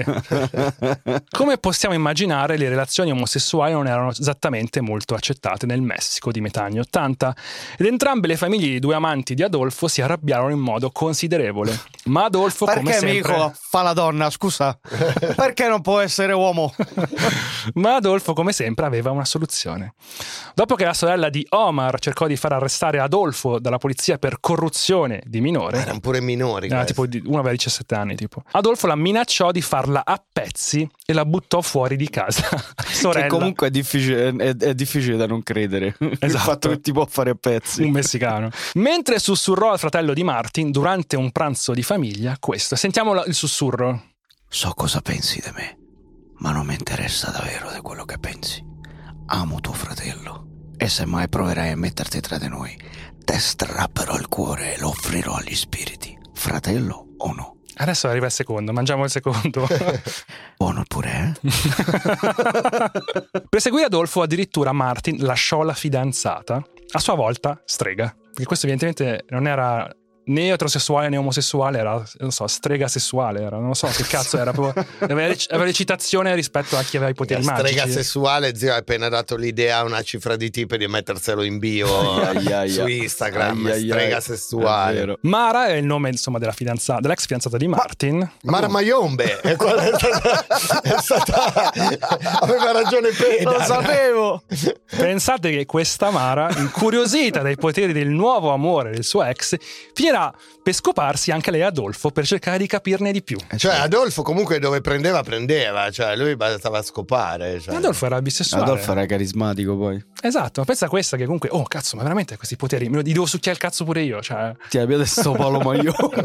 [SPEAKER 4] Come possiamo immaginare, le relazioni omosessuali non erano esattamente molto accettate nel Messico di metà anni ottanta ed entrambe le famiglie dei due amanti di Adolfo si arrabbiarono in modo considerevole. Ma Adolfo,
[SPEAKER 2] perché
[SPEAKER 4] come sempre...
[SPEAKER 2] Perché amico fa la donna, scusa? Perché non può essere uomo?
[SPEAKER 4] Ma Adolfo, come sempre, aveva una soluzione. Dopo che la sorella di Omar cercò di far arrestare Adolfo dalla polizia per corruzione di minore...
[SPEAKER 3] Erano pure minori.
[SPEAKER 4] Era tipo di, uno aveva diciassette anni, tipo. Adolfo la minacciò di farla a pezzi e la buttò fuori di casa. Sorella.
[SPEAKER 2] Che comunque è difficile, è, è difficile da non credere. Esatto. Il fatto che ti può fare a pezzi.
[SPEAKER 4] Un messicano. Mentre sussurrò al fratello di Martin durante un pranzo di famiglia questo. Sentiamo il sussurro.
[SPEAKER 2] So cosa pensi di me, ma non mi interessa davvero di quello che pensi. Amo tuo fratello e se mai proverai a metterti tra di noi, te strapperò il cuore e lo offrirò agli spiriti. Fratello o no?
[SPEAKER 4] Adesso arriva il secondo, mangiamo il secondo.
[SPEAKER 2] Buono pure, eh?
[SPEAKER 4] Per seguire Adolfo addirittura Martin lasciò la fidanzata, a sua volta strega, perché questo evidentemente non era né eterosessuale né omosessuale, era, non so, strega sessuale, era, non so che cazzo era, proprio, aveva, aveva l'eccitazione rispetto a chi aveva i poteri
[SPEAKER 3] la
[SPEAKER 4] magici.
[SPEAKER 3] Strega sessuale, zio, hai appena dato l'idea a una cifra di tipe di metterselo in bio
[SPEAKER 2] ai, ai,
[SPEAKER 3] su
[SPEAKER 2] ai,
[SPEAKER 3] Instagram,
[SPEAKER 2] ai,
[SPEAKER 3] strega
[SPEAKER 2] ai,
[SPEAKER 3] sessuale.
[SPEAKER 2] è
[SPEAKER 4] Mara è il nome, insomma, della fidanzata, dell'ex fidanzata di Martin.
[SPEAKER 3] Ma, Mara Mayombe è quella, è stata, è stata aveva ragione Peda.
[SPEAKER 2] Lo sapevo.
[SPEAKER 4] Pensate che questa Mara, incuriosita dai poteri del nuovo amore del suo ex, finirà per scoparsi anche lei Adolfo per cercare di capirne di più.
[SPEAKER 3] Cioè Adolfo comunque dove prendeva prendeva, cioè lui bastava scopare, cioè.
[SPEAKER 4] Adolfo era bisessuale.
[SPEAKER 2] Adolfo era carismatico poi.
[SPEAKER 4] Esatto, ma pensa a questa che comunque, oh cazzo, ma veramente questi poteri, me li devo succhiare il cazzo pure io, cioè.
[SPEAKER 2] Ti abbiamo sto palo maglione.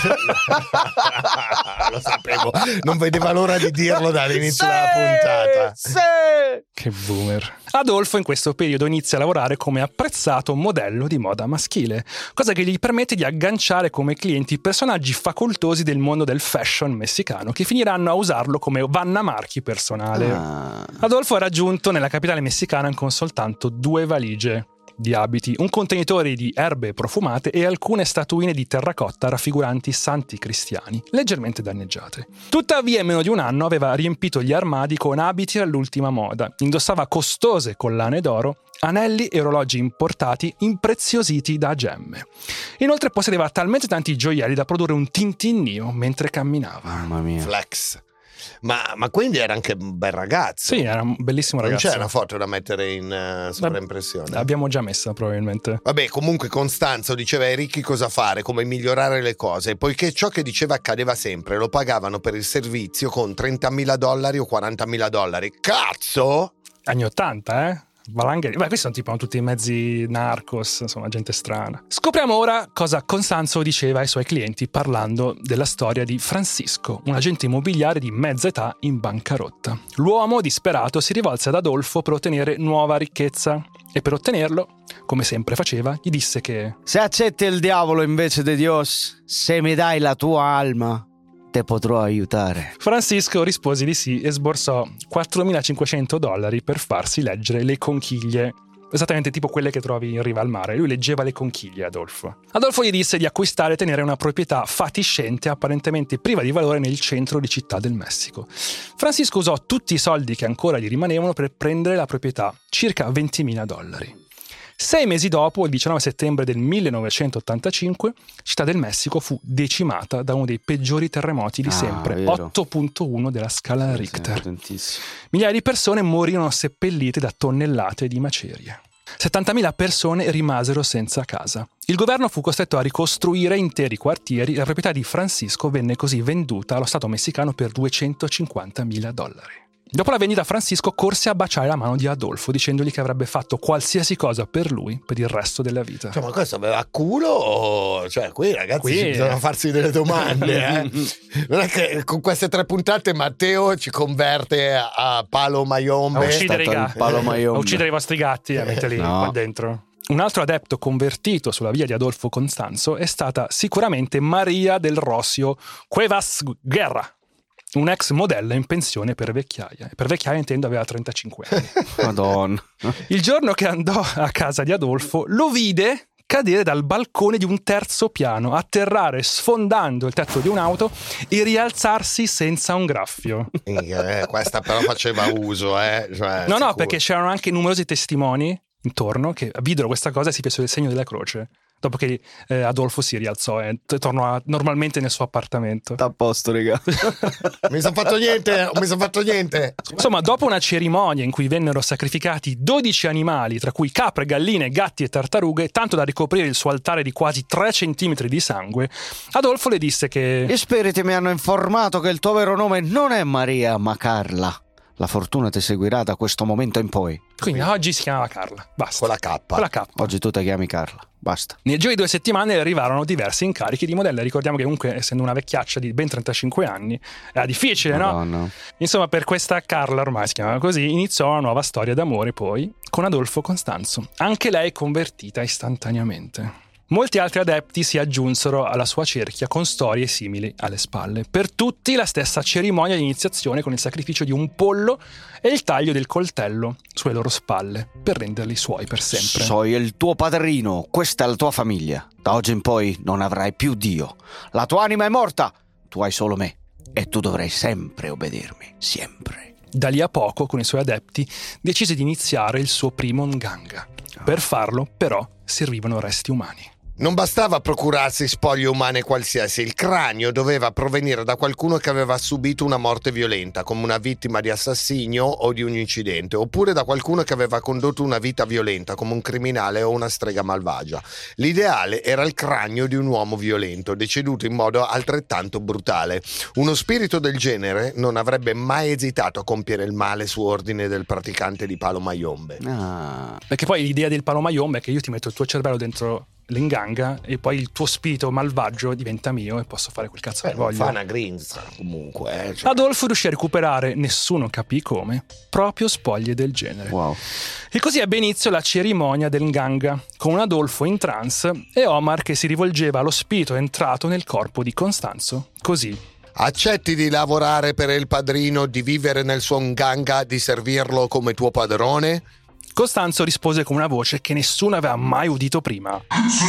[SPEAKER 3] Lo sapevo, non vedeva l'ora di dirlo dall'inizio sì, della puntata.
[SPEAKER 2] Sì.
[SPEAKER 4] Che boomer. Adolfo in questo periodo inizia a lavorare come apprezzato modello di moda maschile, cosa che gli permette di agganciare come clienti personaggi facoltosi del mondo del fashion messicano che finiranno a usarlo come Vanna Marchi personale.
[SPEAKER 2] Ah.
[SPEAKER 4] Adolfo è raggiunto nella capitale messicana con soltanto due valigie di abiti, un contenitore di erbe profumate e alcune statuine di terracotta raffiguranti santi cristiani, leggermente danneggiate. Tuttavia, in meno di un anno aveva riempito gli armadi con abiti all'ultima moda, indossava costose collane d'oro, anelli e orologi importati impreziositi da gemme. Inoltre possedeva talmente tanti gioielli da produrre un tintinnio mentre camminava.
[SPEAKER 2] Mamma mia.
[SPEAKER 3] Flex. Ma, ma quindi era anche un bel ragazzo.
[SPEAKER 4] Sì, era un bellissimo ragazzo.
[SPEAKER 3] Non c'è una foto da mettere in uh, sovraimpressione?
[SPEAKER 4] L'abbiamo già messa probabilmente.
[SPEAKER 3] Vabbè, comunque Costanzo diceva ai ricchi cosa fare, come migliorare le cose, poiché ciò che diceva accadeva sempre, lo pagavano per il servizio con trentamila dollari o quarantamila dollari. Cazzo!
[SPEAKER 4] Anni ottanta, eh? Valanghe. Beh, questi sono tipo tutti i mezzi narcos, insomma, gente strana. Scopriamo ora cosa Costanzo diceva ai suoi clienti parlando della storia di Francisco, un agente immobiliare di mezza età in bancarotta. L'uomo disperato si rivolse ad Adolfo per ottenere nuova ricchezza e per ottenerlo, come sempre faceva, gli disse che
[SPEAKER 2] se accetti il diavolo invece di Dios, se mi dai la tua alma, te potrò aiutare.
[SPEAKER 4] Francisco rispose di sì e sborsò quattromilacinquecento dollari per farsi leggere le conchiglie, esattamente tipo quelle che trovi in riva al mare. Lui leggeva le conchiglie, Adolfo. Adolfo gli disse di acquistare e tenere una proprietà fatiscente apparentemente priva di valore nel centro di Città del Messico. Francisco usò tutti i soldi che ancora gli rimanevano per prendere la proprietà, circa ventimila dollari. Sei mesi dopo, il diciannove settembre del millenovecentottantacinque, Città del Messico fu decimata da uno dei peggiori terremoti di
[SPEAKER 2] ah,
[SPEAKER 4] sempre,
[SPEAKER 2] vero.
[SPEAKER 4] otto virgola uno della scala
[SPEAKER 2] sì,
[SPEAKER 4] Richter.
[SPEAKER 2] Sì,
[SPEAKER 4] Migliaia di persone morirono seppellite da tonnellate di macerie. settantamila persone rimasero senza casa. Il governo fu costretto a ricostruire interi quartieri e la proprietà di Francisco venne così venduta allo Stato messicano per duecentocinquantamila dollari. Dopo la vendita, Francisco corse a baciare la mano di Adolfo dicendogli che avrebbe fatto qualsiasi cosa per lui per il resto della vita.
[SPEAKER 3] Cioè, ma questo aveva culo o... Cioè, qui ragazzi
[SPEAKER 4] qui...
[SPEAKER 3] bisogna farsi delle domande, eh? Non è che con queste tre puntate Matteo ci converte a Palo Mayombe.
[SPEAKER 4] A uccidere i gatti,
[SPEAKER 2] Palo Mayombe.
[SPEAKER 4] A uccidere i vostri gatti e a metterli
[SPEAKER 2] no.
[SPEAKER 4] qua dentro. Un altro adepto convertito sulla via di Adolfo Costanzo è stata sicuramente Maria del Rosio Cuevas Guerra, un ex modella in pensione per vecchiaia. Per vecchiaia intendo aveva trentacinque anni.
[SPEAKER 2] Madonna.
[SPEAKER 4] Il giorno che andò a casa di Adolfo lo vide cadere dal balcone di un terzo piano, atterrare sfondando il tetto di un'auto e rialzarsi senza un graffio.
[SPEAKER 3] Eh, questa però faceva uso, eh? Cioè,
[SPEAKER 4] no,
[SPEAKER 3] sicuro.
[SPEAKER 4] no, perché c'erano anche numerosi testimoni intorno che videro questa cosa e si fecero il segno della croce. Dopo che eh, Adolfo si rialzò e tornò a, normalmente nel suo appartamento.
[SPEAKER 2] A posto, raga.
[SPEAKER 3] Mi sono fatto niente, non mi sono fatto niente.
[SPEAKER 4] Insomma, dopo una cerimonia in cui vennero sacrificati dodici animali, tra cui capre, galline, gatti e tartarughe, tanto da ricoprire il suo altare di quasi tre centimetri di sangue, Adolfo le disse che
[SPEAKER 2] gli spiriti mi hanno informato che il tuo vero nome non è Maria, ma Carla. La fortuna ti seguirà da questo momento in poi.
[SPEAKER 4] Quindi oggi si chiamava Carla, basta.
[SPEAKER 3] Con la K.
[SPEAKER 4] Con la K.
[SPEAKER 2] Oggi tu ti chiami Carla, basta.
[SPEAKER 4] Nel giro di due settimane arrivarono diversi incarichi di modella. Ricordiamo che comunque, essendo una vecchiaccia di ben trentacinque anni, era difficile, Madonna. no? Insomma, per questa Carla, ormai si chiamava così, iniziò una nuova storia d'amore poi con Adolfo Costanzo. Anche lei convertita istantaneamente. Molti altri adepti si aggiunsero alla sua cerchia con storie simili alle spalle. Per tutti la stessa cerimonia di iniziazione con il sacrificio di un pollo e il taglio del coltello sulle loro spalle per renderli suoi per sempre.
[SPEAKER 2] Sono il tuo padrino, questa è la tua famiglia. Da oggi in poi non avrai più Dio. La tua anima è morta, tu hai solo me e tu dovrai sempre obbedermi, sempre.
[SPEAKER 4] Da lì a poco, con i suoi adepti, decise di iniziare il suo primo nganga. Per farlo, però, servivano resti umani.
[SPEAKER 3] Non bastava procurarsi spoglie umane qualsiasi, il cranio doveva provenire da qualcuno che aveva subito una morte violenta, come una vittima di assassinio o di un incidente, oppure da qualcuno che aveva condotto una vita violenta, come un criminale o una strega malvagia. L'ideale era il cranio di un uomo violento, deceduto in modo altrettanto brutale. Uno spirito del genere non avrebbe mai esitato a compiere il male su ordine del praticante di Palo Mayombe.
[SPEAKER 2] Ah.
[SPEAKER 4] Perché poi l'idea del Palo Mayombe è che io ti metto il tuo cervello dentro l'inganga e poi il tuo spirito malvagio diventa mio e posso fare quel cazzo
[SPEAKER 3] eh,
[SPEAKER 4] che voglio.
[SPEAKER 3] Fa una grinza comunque. Eh, cioè.
[SPEAKER 4] Adolfo riuscì a recuperare, nessuno capì come, proprio spoglie del genere.
[SPEAKER 2] Wow.
[SPEAKER 4] E così ebbe inizio la cerimonia del nganga, con un Adolfo in trance e Omar che si rivolgeva allo spirito entrato nel corpo di Costanzo, così.
[SPEAKER 3] Accetti di lavorare per il padrino, di vivere nel suo nganga, di servirlo come tuo padrone?
[SPEAKER 4] Costanzo rispose con una voce che nessuno aveva mai udito prima.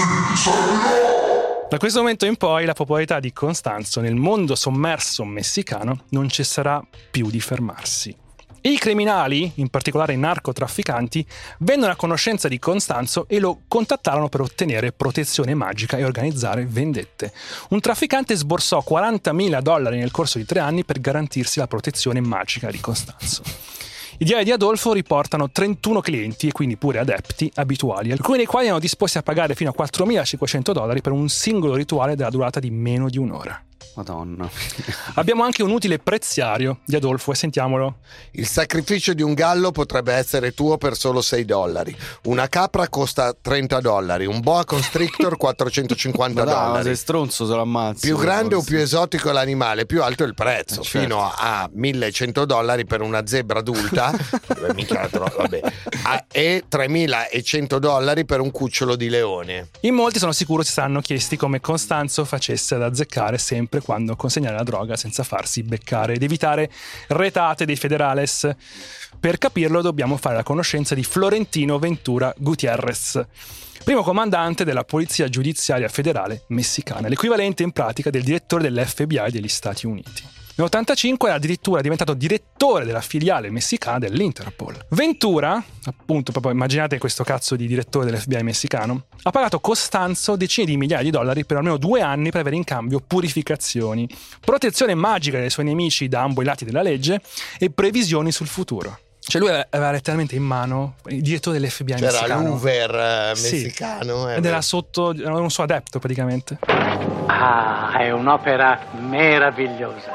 [SPEAKER 4] Da questo momento in poi la popolarità di Costanzo nel mondo sommerso messicano non cesserà più di fermarsi. I criminali, in particolare i narcotrafficanti, vennero a conoscenza di Costanzo e lo contattarono per ottenere protezione magica e organizzare vendette. Un trafficante sborsò quarantamila dollari nel corso di tre anni per garantirsi la protezione magica di Costanzo. I diari di Adolfo riportano trentuno clienti e quindi pure adepti abituali, alcuni dei quali erano disposti a pagare fino a quattromilacinquecento dollari per un singolo rituale della durata di meno di un'ora.
[SPEAKER 2] Madonna.
[SPEAKER 4] Abbiamo anche un utile preziario di Adolfo e sentiamolo.
[SPEAKER 3] Il sacrificio di un gallo potrebbe essere tuo per solo sei dollari. Una capra costa trenta dollari. Un boa constrictor quattrocentocinquanta
[SPEAKER 2] Ma
[SPEAKER 3] dollari.
[SPEAKER 2] Ma sei stronzo se lo ammazzi.
[SPEAKER 3] Più grande
[SPEAKER 2] forse.
[SPEAKER 3] o più esotico l'animale, più alto il prezzo.
[SPEAKER 2] Eh, certo.
[SPEAKER 3] Fino a millecento dollari per una zebra adulta. Beh, mica, vabbè. A, e tremilacento dollari per un cucciolo di leone.
[SPEAKER 4] In molti sono sicuro si saranno chiesti come Costanzo facesse ad azzeccare sempre quando consegnare la droga senza farsi beccare ed evitare retate dei federales. Per capirlo dobbiamo fare la conoscenza di Florentino Ventura Gutiérrez, primo comandante della Polizia Giudiziaria Federale messicana, l'equivalente in pratica del direttore dell'F B I degli Stati Uniti. Nell'ottantacinque era addirittura diventato direttore della filiale messicana dell'Interpol. Ventura, appunto, proprio immaginate questo cazzo di direttore dell'F B I messicano, ha pagato Costanzo decine di migliaia di dollari per almeno due anni per avere in cambio purificazioni, protezione magica dai suoi nemici da ambo i lati della legge e previsioni sul futuro. Cioè lui aveva letteralmente in mano il direttore dell'F B I
[SPEAKER 3] C'era
[SPEAKER 4] messicano.
[SPEAKER 3] C'era l'Uber uh, messicano.
[SPEAKER 4] Sì. Ed era sotto, era un suo adepto praticamente.
[SPEAKER 5] Ah, è un'opera meravigliosa.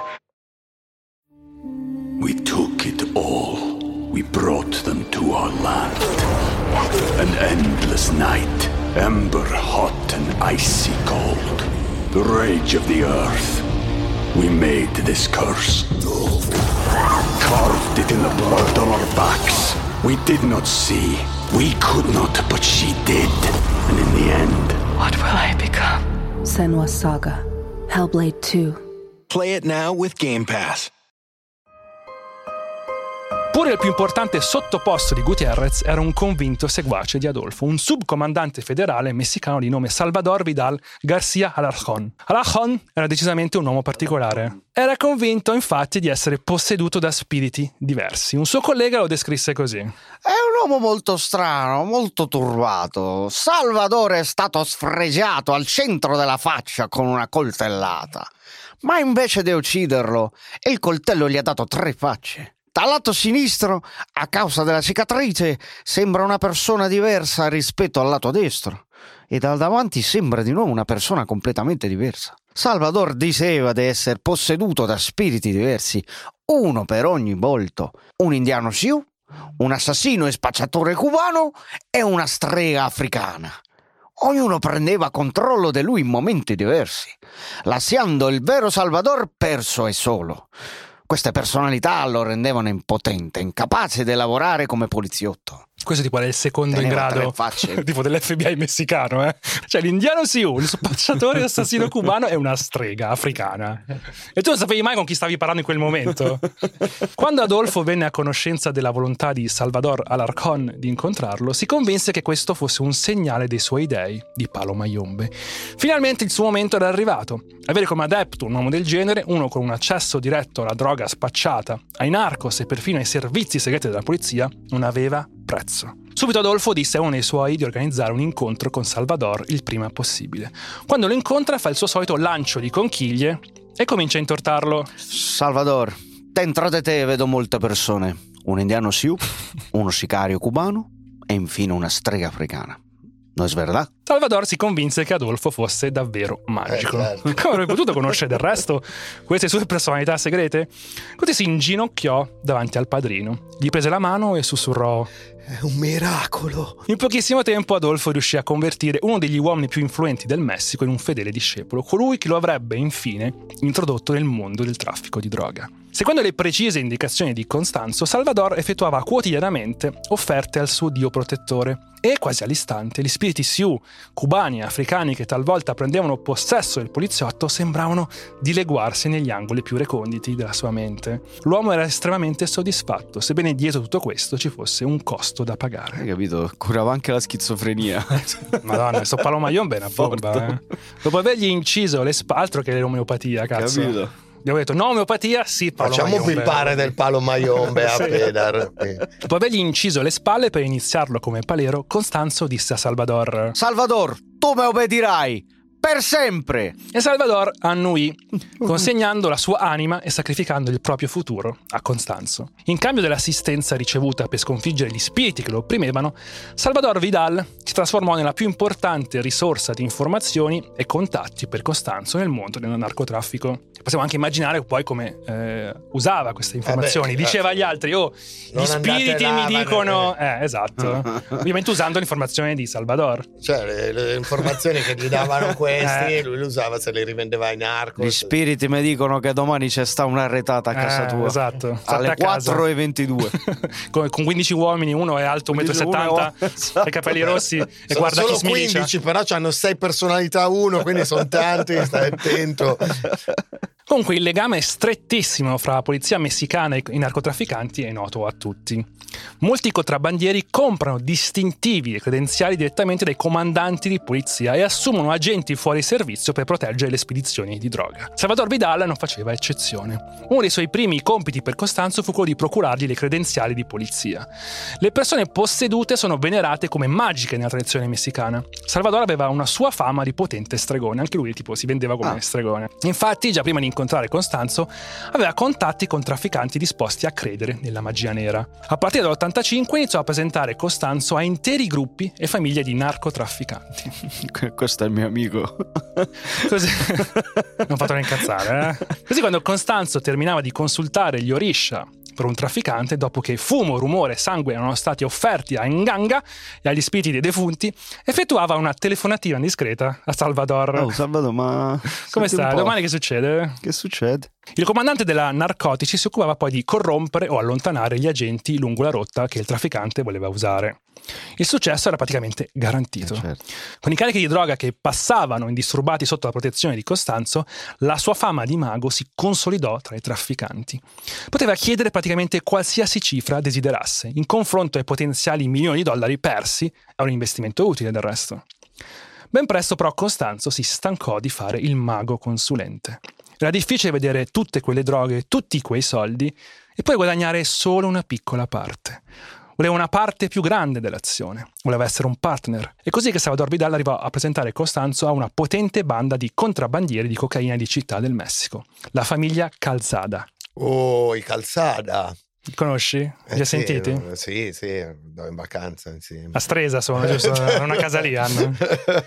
[SPEAKER 7] We took it all. We brought them to our land. An endless night, ember hot and icy cold. The rage of the earth. We made this curse. Carved it in the blood on our backs. We did not see. We could not, but she did. And in the end...
[SPEAKER 9] What will I become? Senua's Saga. Hellblade two.
[SPEAKER 10] Play it now with Game Pass.
[SPEAKER 4] Pure il più importante sottoposto di Gutiérrez era un convinto seguace di Adolfo, un subcomandante federale messicano di nome Salvador Vidal García Alarcón. Alarcón era decisamente un uomo particolare. Era convinto infatti di essere posseduto da spiriti diversi. Un suo collega lo descrisse così.
[SPEAKER 2] È un uomo molto strano, molto turbato. Salvador è stato sfregiato al centro della faccia con una coltellata. Ma invece di ucciderlo, il coltello gli ha dato tre facce. Dal lato sinistro, a causa della cicatrice, sembra una persona diversa rispetto al lato destro. e da davanti sembra di nuovo una persona completamente diversa. Salvador diceva di essere posseduto da spiriti diversi, uno per ogni volto, un indiano sioux, un assassino e spacciatore cubano e una strega africana. Ognuno prendeva controllo di lui in momenti diversi, lasciando il vero Salvador perso e solo. Queste personalità lo rendevano impotente, incapace di lavorare come poliziotto.
[SPEAKER 4] Questo tipo era il secondo
[SPEAKER 2] Teneva
[SPEAKER 4] in grado tipo dell'F B I messicano, eh? Cioè l'indiano sioux, il spacciatore assassino cubano e una strega africana. E tu non sapevi mai con chi stavi parlando in quel momento. Quando Adolfo venne a conoscenza della volontà di Salvador Alarcón di incontrarlo, si convinse che questo fosse un segnale dei suoi dei, di Palo Mayombe. Finalmente il suo momento era arrivato. Avere come adepto un uomo del genere, uno con un accesso diretto alla droga spacciata, ai narcos e perfino ai servizi segreti della polizia, non aveva prezzo. Subito Adolfo disse a uno dei suoi di organizzare un incontro con Salvador il prima possibile. Quando lo incontra fa il suo solito lancio di conchiglie e comincia a intortarlo.
[SPEAKER 2] Salvador, dentro di te vedo molte persone. Un indiano sioux, uno sicario cubano e infine una strega africana. No es verdad?
[SPEAKER 4] Salvador si convinse che Adolfo fosse davvero magico.
[SPEAKER 3] Eh, certo.
[SPEAKER 4] Come avrebbe potuto conoscere del resto queste sue personalità segrete? Così si inginocchiò davanti al padrino, gli prese la mano e sussurrò:
[SPEAKER 3] è un miracolo.
[SPEAKER 4] In pochissimo tempo Adolfo riuscì a convertire uno degli uomini più influenti del Messico in un fedele discepolo, colui che lo avrebbe infine introdotto nel mondo del traffico di droga. Secondo le precise indicazioni di Costanzo, Salvador effettuava quotidianamente offerte al suo dio protettore e quasi all'istante gli spiriti sioux, cubani e africani che talvolta prendevano possesso del poliziotto sembravano dileguarsi negli angoli più reconditi della sua mente. L'uomo era estremamente soddisfatto, sebbene dietro tutto questo ci fosse un costo da pagare.
[SPEAKER 2] Hai capito? Curava anche la schizofrenia.
[SPEAKER 4] Madonna, sto Palo Mayombe è una bomba, eh. Dopo avergli inciso le spalle, altro che l'omeopatia, cazzo.
[SPEAKER 2] Capito?
[SPEAKER 4] Abbiamo detto no omeopatia, sì Palo
[SPEAKER 3] Facciamo
[SPEAKER 4] Mayombe.
[SPEAKER 3] pippare del Palo Mayombe a
[SPEAKER 4] Sì.
[SPEAKER 3] Pedar. Sì.
[SPEAKER 4] Dopo avergli inciso le spalle per iniziarlo come palero, Costanzo disse a Salvador:
[SPEAKER 2] Salvador, tu me obbedirai per sempre.
[SPEAKER 4] E Salvador annuì, consegnando la sua anima e sacrificando il proprio futuro a Costanzo. In cambio dell'assistenza ricevuta per sconfiggere gli spiriti che lo opprimevano, Salvador Vidal si trasformò nella più importante risorsa di informazioni e contatti per Costanzo nel mondo del narcotraffico. Possiamo anche immaginare poi come eh, usava queste informazioni.
[SPEAKER 3] Eh beh,
[SPEAKER 4] Diceva agli altri: oh,
[SPEAKER 3] non
[SPEAKER 4] gli spiriti
[SPEAKER 3] andate là,
[SPEAKER 4] mi
[SPEAKER 3] ma-
[SPEAKER 4] dicono... Eh, esatto. Ovviamente usando l'informazione di Salvador.
[SPEAKER 3] Cioè le, le informazioni che gli davano questi
[SPEAKER 4] Eh.
[SPEAKER 3] lui le usava, se le rivendeva ai narcos.
[SPEAKER 2] Gli spiriti mi dicono che domani c'è sta una retata a casa
[SPEAKER 4] Eh,
[SPEAKER 2] tua.
[SPEAKER 4] esatto. Fatta
[SPEAKER 2] Alle
[SPEAKER 4] a casa.
[SPEAKER 2] quattro e ventidue.
[SPEAKER 4] con, con quindici uomini, uno è alto uno e settanta m,
[SPEAKER 2] Esatto.
[SPEAKER 4] ha i capelli rossi e
[SPEAKER 3] Sono
[SPEAKER 4] guarda chi
[SPEAKER 3] solo
[SPEAKER 4] smicia.
[SPEAKER 3] quindici, però hanno sei personalità uno, quindi sono tanti, stai attento.
[SPEAKER 4] Comunque il legame strettissimo fra la polizia messicana e i narcotrafficanti è noto a tutti. Molti contrabbandieri comprano distintivi e credenziali direttamente dai comandanti di polizia e assumono agenti fuori servizio per proteggere le spedizioni di droga. Salvador Vidal non faceva eccezione. Uno dei suoi primi compiti per Costanzo fu quello di procurargli le credenziali di polizia. Le persone possedute sono venerate come magiche nella tradizione messicana. Salvador aveva una sua fama di potente stregone, anche lui tipo si vendeva come
[SPEAKER 2] Ah.
[SPEAKER 4] stregone. Infatti, già prima di incontrare Costanzo, aveva contatti con trafficanti disposti a credere nella magia nera. A partire dall'ottantacinque iniziò a presentare Costanzo a interi gruppi e famiglie di narcotrafficanti.
[SPEAKER 2] Questo è il mio amico.
[SPEAKER 4] Così non fatelo incazzare, eh? Così quando Costanzo terminava di consultare gli Orisha per un trafficante, dopo che fumo, rumore e sangue erano stati offerti a Nganga e agli spiriti dei defunti, effettuava una telefonatina discreta a Salvador.
[SPEAKER 2] Oh, Salvador, ma
[SPEAKER 4] Come
[SPEAKER 2] senti un
[SPEAKER 4] sta?
[SPEAKER 2] po'.
[SPEAKER 4] Domani che succede?
[SPEAKER 2] Che succede?
[SPEAKER 4] Il comandante della narcotici si occupava poi di corrompere o allontanare gli agenti lungo la rotta che il trafficante voleva usare. Il successo era praticamente garantito.
[SPEAKER 2] Eh, certo.
[SPEAKER 4] Con i carichi di droga che passavano indisturbati sotto la protezione di Costanzo, la sua fama di mago si consolidò tra i trafficanti. Poteva chiedere praticamente qualsiasi cifra desiderasse, in confronto ai potenziali milioni di dollari persi, a un investimento utile del resto. Ben presto però Costanzo si stancò di fare il mago consulente. Era difficile vedere tutte quelle droghe, tutti quei soldi, e poi guadagnare solo una piccola parte. Voleva una parte più grande dell'azione, voleva essere un partner. È così che Salvador Vidal arrivò a presentare Costanzo a una potente banda di contrabbandieri di cocaina di Città del Messico, la famiglia Calzada.
[SPEAKER 3] Oh, i Calzada.
[SPEAKER 4] Conosci? Li
[SPEAKER 3] Eh,
[SPEAKER 4] hai
[SPEAKER 3] sì,
[SPEAKER 4] sentiti?
[SPEAKER 3] eh, Sì, sì, andavo in vacanza insieme.
[SPEAKER 4] A Stresa sono, giusto? Una casa lì hanno.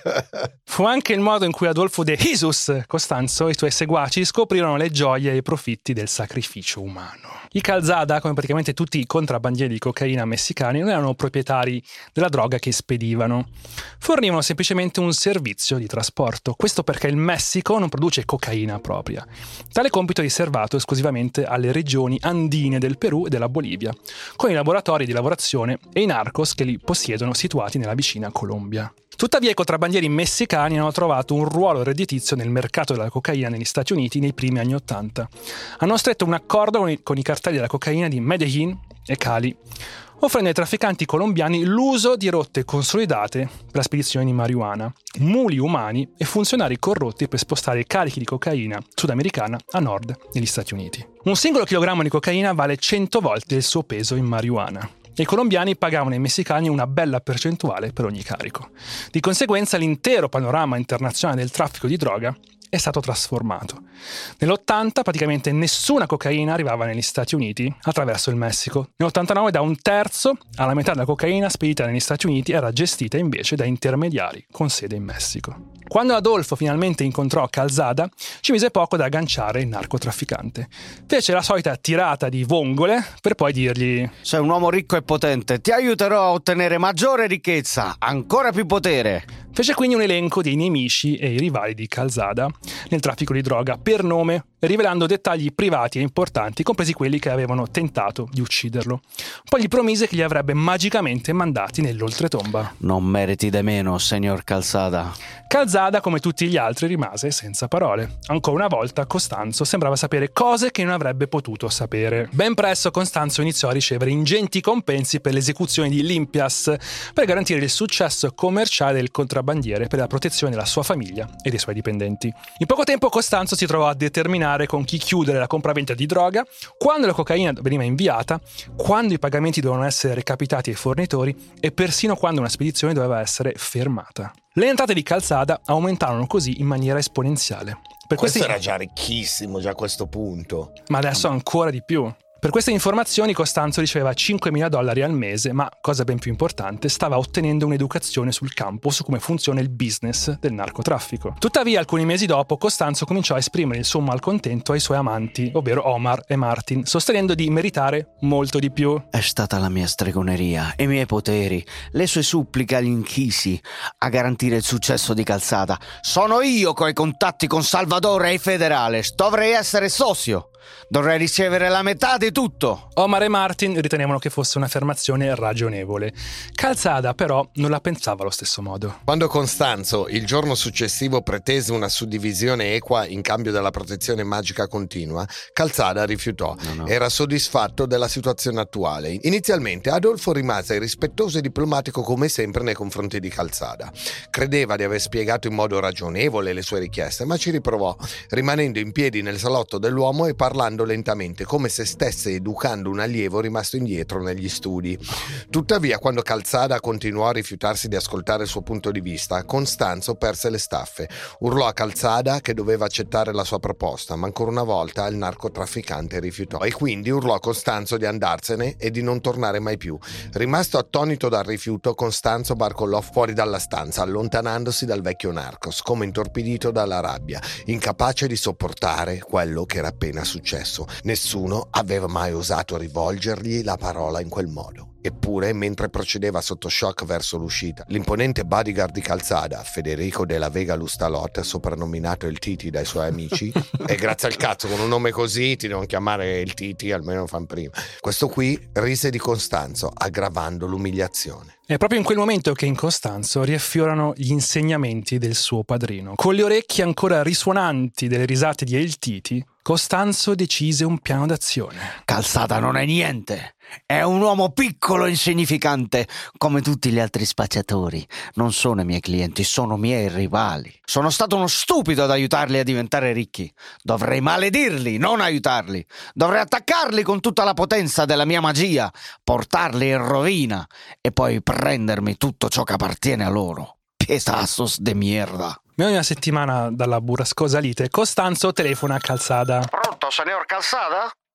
[SPEAKER 4] Fu anche il modo in cui Adolfo de Jesus Costanzo e i suoi seguaci scoprirono le gioie e i profitti del sacrificio umano. I Calzada, come praticamente tutti i contrabbandieri di cocaina messicani, non erano proprietari della droga che spedivano. Fornivano semplicemente un servizio di trasporto. Questo perché il Messico non produce cocaina propria. Tale compito è riservato esclusivamente alle regioni andine del Perù e della Bolivia, con i laboratori di lavorazione e i narcos che li possiedono situati nella vicina Colombia. Tuttavia i contrabbandieri messicani hanno trovato un ruolo redditizio nel mercato della cocaina negli Stati Uniti nei primi anni Ottanta. Hanno stretto un accordo con i, con i cartelli della cocaina di Medellín e Cali, offrendo ai trafficanti colombiani l'uso di rotte consolidate per la spedizione di marijuana, muli umani e funzionari corrotti per spostare carichi di cocaina sudamericana a nord negli Stati Uniti. Un singolo chilogrammo di cocaina vale cento volte il suo peso in marijuana. E i colombiani pagavano ai messicani una bella percentuale per ogni carico. Di conseguenza l'intero panorama internazionale del traffico di droga è stato trasformato. Nell'ottanta praticamente nessuna cocaina arrivava negli Stati Uniti attraverso il Messico. Nell'ottantanove da un terzo alla metà della cocaina spedita negli Stati Uniti era gestita invece da intermediari con sede in Messico. Quando Adolfo finalmente incontrò Calzada, ci mise poco da agganciare il narcotrafficante. Fece la solita tirata di vongole per poi dirgli:
[SPEAKER 2] sei un uomo ricco e potente, ti aiuterò a ottenere maggiore ricchezza, ancora più potere.
[SPEAKER 4] Fece quindi un elenco dei nemici e i rivali di Calzada nel traffico di droga per nome, rivelando dettagli privati e importanti, compresi quelli che avevano tentato di ucciderlo. Poi gli promise che li avrebbe magicamente mandati nell'oltretomba.
[SPEAKER 2] Non meriti di meno, signor Calzada.
[SPEAKER 4] Calzada, come tutti gli altri, rimase senza parole. Ancora una volta Costanzo sembrava sapere cose che non avrebbe potuto sapere. Ben presto Costanzo iniziò a ricevere ingenti compensi per l'esecuzione di limpias per garantire il successo commerciale del contrabbandiere per la protezione della sua famiglia e dei suoi dipendenti. In poco tempo Costanzo si trovò a determinare con chi chiudere la compravendita di droga, quando la cocaina veniva inviata, quando i pagamenti dovevano essere recapitati ai fornitori e persino quando una spedizione doveva essere fermata. Le entrate di Calzada aumentarono così in maniera esponenziale. Per
[SPEAKER 3] Questo
[SPEAKER 4] questi...
[SPEAKER 3] era già ricchissimo, già a questo punto.
[SPEAKER 4] Ma adesso ancora di più. Per queste informazioni Costanzo riceveva cinquemila dollari al mese, ma, cosa ben più importante, stava ottenendo un'educazione sul campo su come funziona il business del narcotraffico. Tuttavia, alcuni mesi dopo, Costanzo cominciò a esprimere il suo malcontento ai suoi amanti, ovvero Omar e Martin, sostenendo di meritare molto di più.
[SPEAKER 2] È stata la mia stregoneria, i miei poteri, le sue suppliche agli inchisi a garantire il successo di Calzada. Sono io coi contatti con Salvador e i Federales, dovrei essere socio. Dovrei ricevere la metà di tutto.
[SPEAKER 4] Omar e Martin ritenevano che fosse un'affermazione ragionevole. Calzada però non la pensava allo stesso modo.
[SPEAKER 3] Quando Costanzo il giorno successivo pretese una suddivisione equa in cambio della protezione magica continua, Calzada rifiutò. No, no. Era soddisfatto della situazione attuale. Inizialmente Adolfo rimase rispettoso e diplomatico come sempre nei confronti di Calzada. Credeva di aver spiegato in modo ragionevole le sue richieste, ma ci riprovò, rimanendo in piedi nel salotto dell'uomo e parlando lentamente, come se stesse educando un allievo rimasto indietro negli studi. Tuttavia, quando Calzada continuò a rifiutarsi di ascoltare il suo punto di vista, Costanzo perse le staffe. Urlò a Calzada che doveva accettare la sua proposta, ma ancora una volta il narcotrafficante rifiutò e quindi urlò a Costanzo di andarsene e di non tornare mai più. Rimasto attonito dal rifiuto, Costanzo barcollò fuori dalla stanza, allontanandosi dal vecchio narcos, come intorpidito dalla rabbia, incapace di sopportare quello che era appena successo. Nessuno aveva mai osato rivolgergli la parola in quel modo. Eppure, mentre procedeva sotto shock verso l'uscita, l'imponente bodyguard di Calzada, Federico de la Vega Lustalot, soprannominato il Titi dai suoi amici, e grazie al cazzo, con un nome così ti devono chiamare il Titi, almeno fan prima. Questo qui rise di Costanzo, aggravando l'umiliazione.
[SPEAKER 4] È proprio in quel momento che in Costanzo riaffiorano gli insegnamenti del suo padrino. Con le orecchie ancora risuonanti delle risate di El Titi, Costanzo decise un piano d'azione.
[SPEAKER 2] Calzada non è niente. È un uomo piccolo e insignificante, come tutti gli altri spacciatori. Non sono i miei clienti, sono miei rivali. Sono stato uno stupido ad aiutarli a diventare ricchi. Dovrei maledirli, non aiutarli. Dovrei attaccarli con tutta la potenza della mia magia, portarli in rovina e poi prendermi tutto ciò che appartiene a loro. Pietazos de mierda.
[SPEAKER 4] Meno di una settimana dalla burrascosa lite, Costanzo telefona a Calzada.
[SPEAKER 2] Pronto, signor Calzada?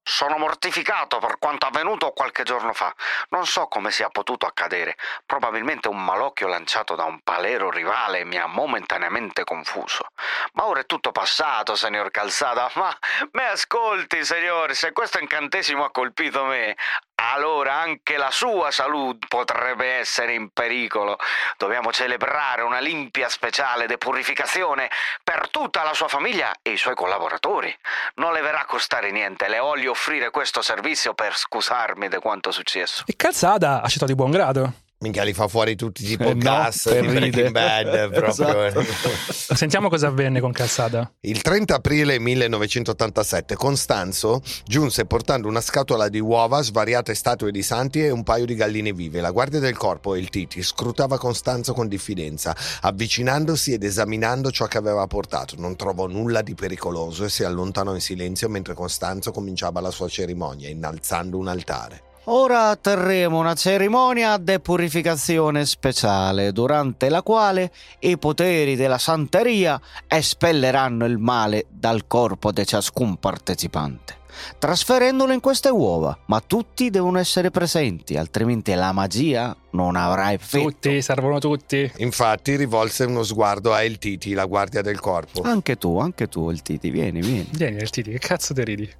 [SPEAKER 2] Sono mortificato per quanto avvenuto qualche giorno fa. Non so come sia potuto accadere. Probabilmente un malocchio lanciato da un palero rivale mi ha momentaneamente confuso. Ma ora è tutto passato, signor Calzada. Ma me ascolti, signore, se questo incantesimo ha colpito me, allora anche la sua salute potrebbe essere in pericolo. Dobbiamo celebrare una limpia speciale di purificazione per tutta la sua famiglia e i suoi collaboratori. Non le verrà a costare niente, le voglio offrire questo servizio per scusarmi di quanto successo.
[SPEAKER 4] E Calzada ha accettato di buon grado.
[SPEAKER 3] Minchia, li fa fuori tutti tipo
[SPEAKER 4] Eh, no,
[SPEAKER 3] cast
[SPEAKER 4] per
[SPEAKER 3] di Breaking
[SPEAKER 4] ride.
[SPEAKER 3] Bad proprio.
[SPEAKER 4] Esatto. Sentiamo cosa avvenne con Calzada.
[SPEAKER 3] Il trenta aprile millenovecentottantasette Costanzo giunse portando una scatola di uova, svariate statue di santi e un paio di galline vive. La guardia del corpo e il Titi scrutava Costanzo con diffidenza, avvicinandosi ed esaminando ciò che aveva portato. Non trovò nulla di pericoloso e si allontanò in silenzio mentre Costanzo cominciava la sua cerimonia, innalzando un altare.
[SPEAKER 2] Ora terremo una cerimonia di purificazione speciale, durante la quale i poteri della santeria espelleranno il male dal corpo di ciascun partecipante, trasferendolo in queste uova. Ma tutti devono essere presenti, altrimenti la magia non avrà effetto.
[SPEAKER 4] Tutti, servono tutti.
[SPEAKER 3] Infatti rivolse uno sguardo a El Titi, la guardia del corpo.
[SPEAKER 2] Anche tu, anche tu, il Titi, vieni, vieni.
[SPEAKER 4] Vieni nel Titi, che cazzo te ridi?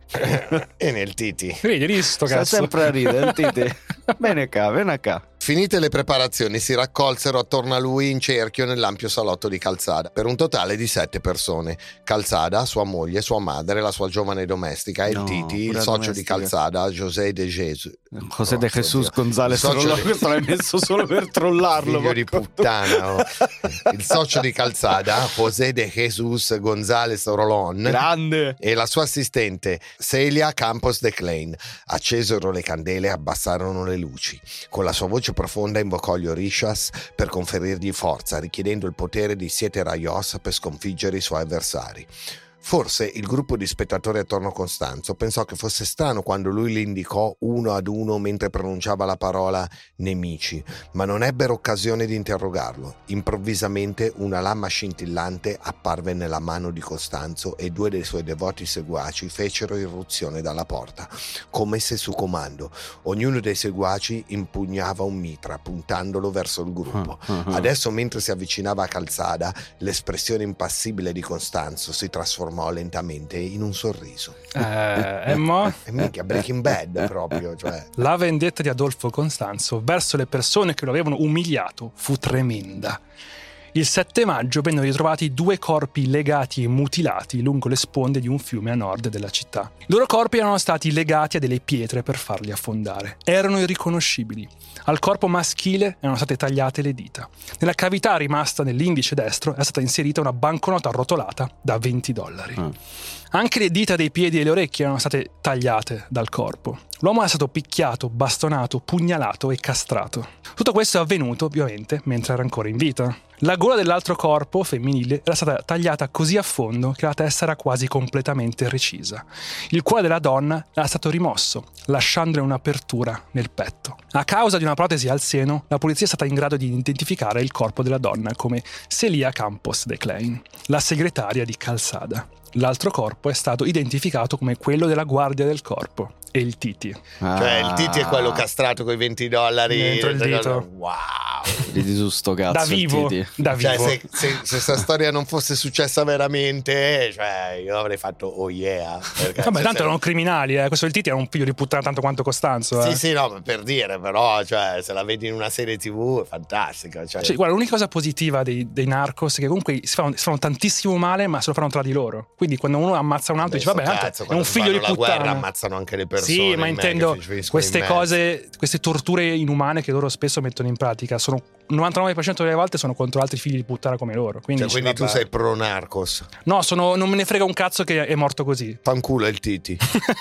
[SPEAKER 3] E nel Titi.
[SPEAKER 4] Ridi, ridi sto
[SPEAKER 2] Sta
[SPEAKER 4] cazzo.
[SPEAKER 2] sempre a ridere, il Titi. Bene qua, vieni qua.
[SPEAKER 3] Finite le preparazioni si raccolsero attorno a lui in cerchio nell'ampio salotto di Calzada, per un totale di sette persone. Calzada, sua moglie, sua madre, la sua giovane domestica, El
[SPEAKER 2] No,
[SPEAKER 3] Titi, il
[SPEAKER 2] pure
[SPEAKER 3] socio
[SPEAKER 2] domestica.
[SPEAKER 3] di Calzada, José de Jesus.
[SPEAKER 2] José de Jesus González
[SPEAKER 3] Il socio
[SPEAKER 2] Rolón,
[SPEAKER 3] di-
[SPEAKER 2] questo l'hai messo solo per trollarlo.
[SPEAKER 3] Figlio di puttana, oh. Il socio di Calzada, José de Jesus González Rolón,
[SPEAKER 2] Grande.
[SPEAKER 3] e la sua assistente Celia Campos de Klein accesero le candele e abbassarono le luci. Con la sua voce profonda invocò gli orishas per conferirgli forza, richiedendo il potere di Siete Rayos per sconfiggere i suoi avversari. Forse il gruppo di spettatori attorno a Costanzo pensò che fosse strano quando lui li indicò uno ad uno mentre pronunciava la parola nemici, ma non ebbero occasione di interrogarlo. Improvvisamente una lama scintillante apparve nella mano di Costanzo e due dei suoi devoti seguaci fecero irruzione dalla porta, come se su comando. Ognuno dei seguaci impugnava un mitra, puntandolo verso il gruppo. Adesso, mentre si avvicinava a Calzada, l'espressione impassibile di Costanzo si trasformò lentamente in un sorriso.
[SPEAKER 4] Eh, e mo?
[SPEAKER 3] E minchia, Breaking Bad proprio, cioè.
[SPEAKER 4] La vendetta di Adolfo Costanzo verso le persone che lo avevano umiliato fu tremenda. Il sette maggio vennero ritrovati due corpi legati e mutilati lungo le sponde di un fiume a nord della città. I loro corpi erano stati legati a delle pietre per farli affondare. Erano irriconoscibili. Al corpo maschile erano state tagliate le dita. Nella cavità rimasta nell'indice destro è stata inserita una banconota arrotolata da venti dollari. Mm. Anche le dita dei piedi e le orecchie erano state tagliate dal corpo. L'uomo è stato picchiato, bastonato, pugnalato e castrato. Tutto questo è avvenuto, ovviamente, mentre era ancora in vita. La gola dell'altro corpo, femminile, era stata tagliata così a fondo che la testa era quasi completamente recisa. Il cuore della donna era stato rimosso, lasciandole un'apertura nel petto. A causa di una protesi al seno, la polizia è stata in grado di identificare il corpo della donna come Celia Campos de Klein, la segretaria di Calzada. L'altro corpo è stato identificato come quello della guardia del corpo, e il Titi.
[SPEAKER 3] Ah. Cioè il Titi è quello castrato con i venti dollari
[SPEAKER 4] dentro il dito.
[SPEAKER 3] Wow.
[SPEAKER 2] Ridi su sto cazzo.
[SPEAKER 4] Da vivo, da
[SPEAKER 3] cioè,
[SPEAKER 4] vivo.
[SPEAKER 3] Se, se, se questa storia non fosse successa veramente, cioè io avrei fatto oh yeah.
[SPEAKER 4] Vabbè,
[SPEAKER 3] cioè,
[SPEAKER 4] tanto
[SPEAKER 3] se...
[SPEAKER 4] erano criminali, eh. Questo il Titi era un figlio di puttana tanto quanto Costanzo. Eh.
[SPEAKER 3] Sì, sì, no, per dire, però, cioè, se la vedi in una serie tivù è fantastica. Cioè...
[SPEAKER 4] Cioè, guarda, l'unica cosa positiva dei, dei narcos è che comunque si fanno, si fanno tantissimo male, ma se lo fanno tra di loro. Quindi quando uno ammazza un altro, dice vabbè,
[SPEAKER 3] cazzo,
[SPEAKER 4] è un figlio di
[SPEAKER 3] la
[SPEAKER 4] puttana.
[SPEAKER 3] Guerra ammazzano anche le persone.
[SPEAKER 4] Sì, ma intendo queste cose, queste torture inumane che loro spesso mettono in pratica, sono il novantanove per cento delle volte sono contro altri figli di puttana come loro. Quindi,
[SPEAKER 3] cioè, quindi tu sei pro narcos?
[SPEAKER 4] No, sono, non me ne frega un cazzo che è morto così.
[SPEAKER 3] Fanculo il Titi.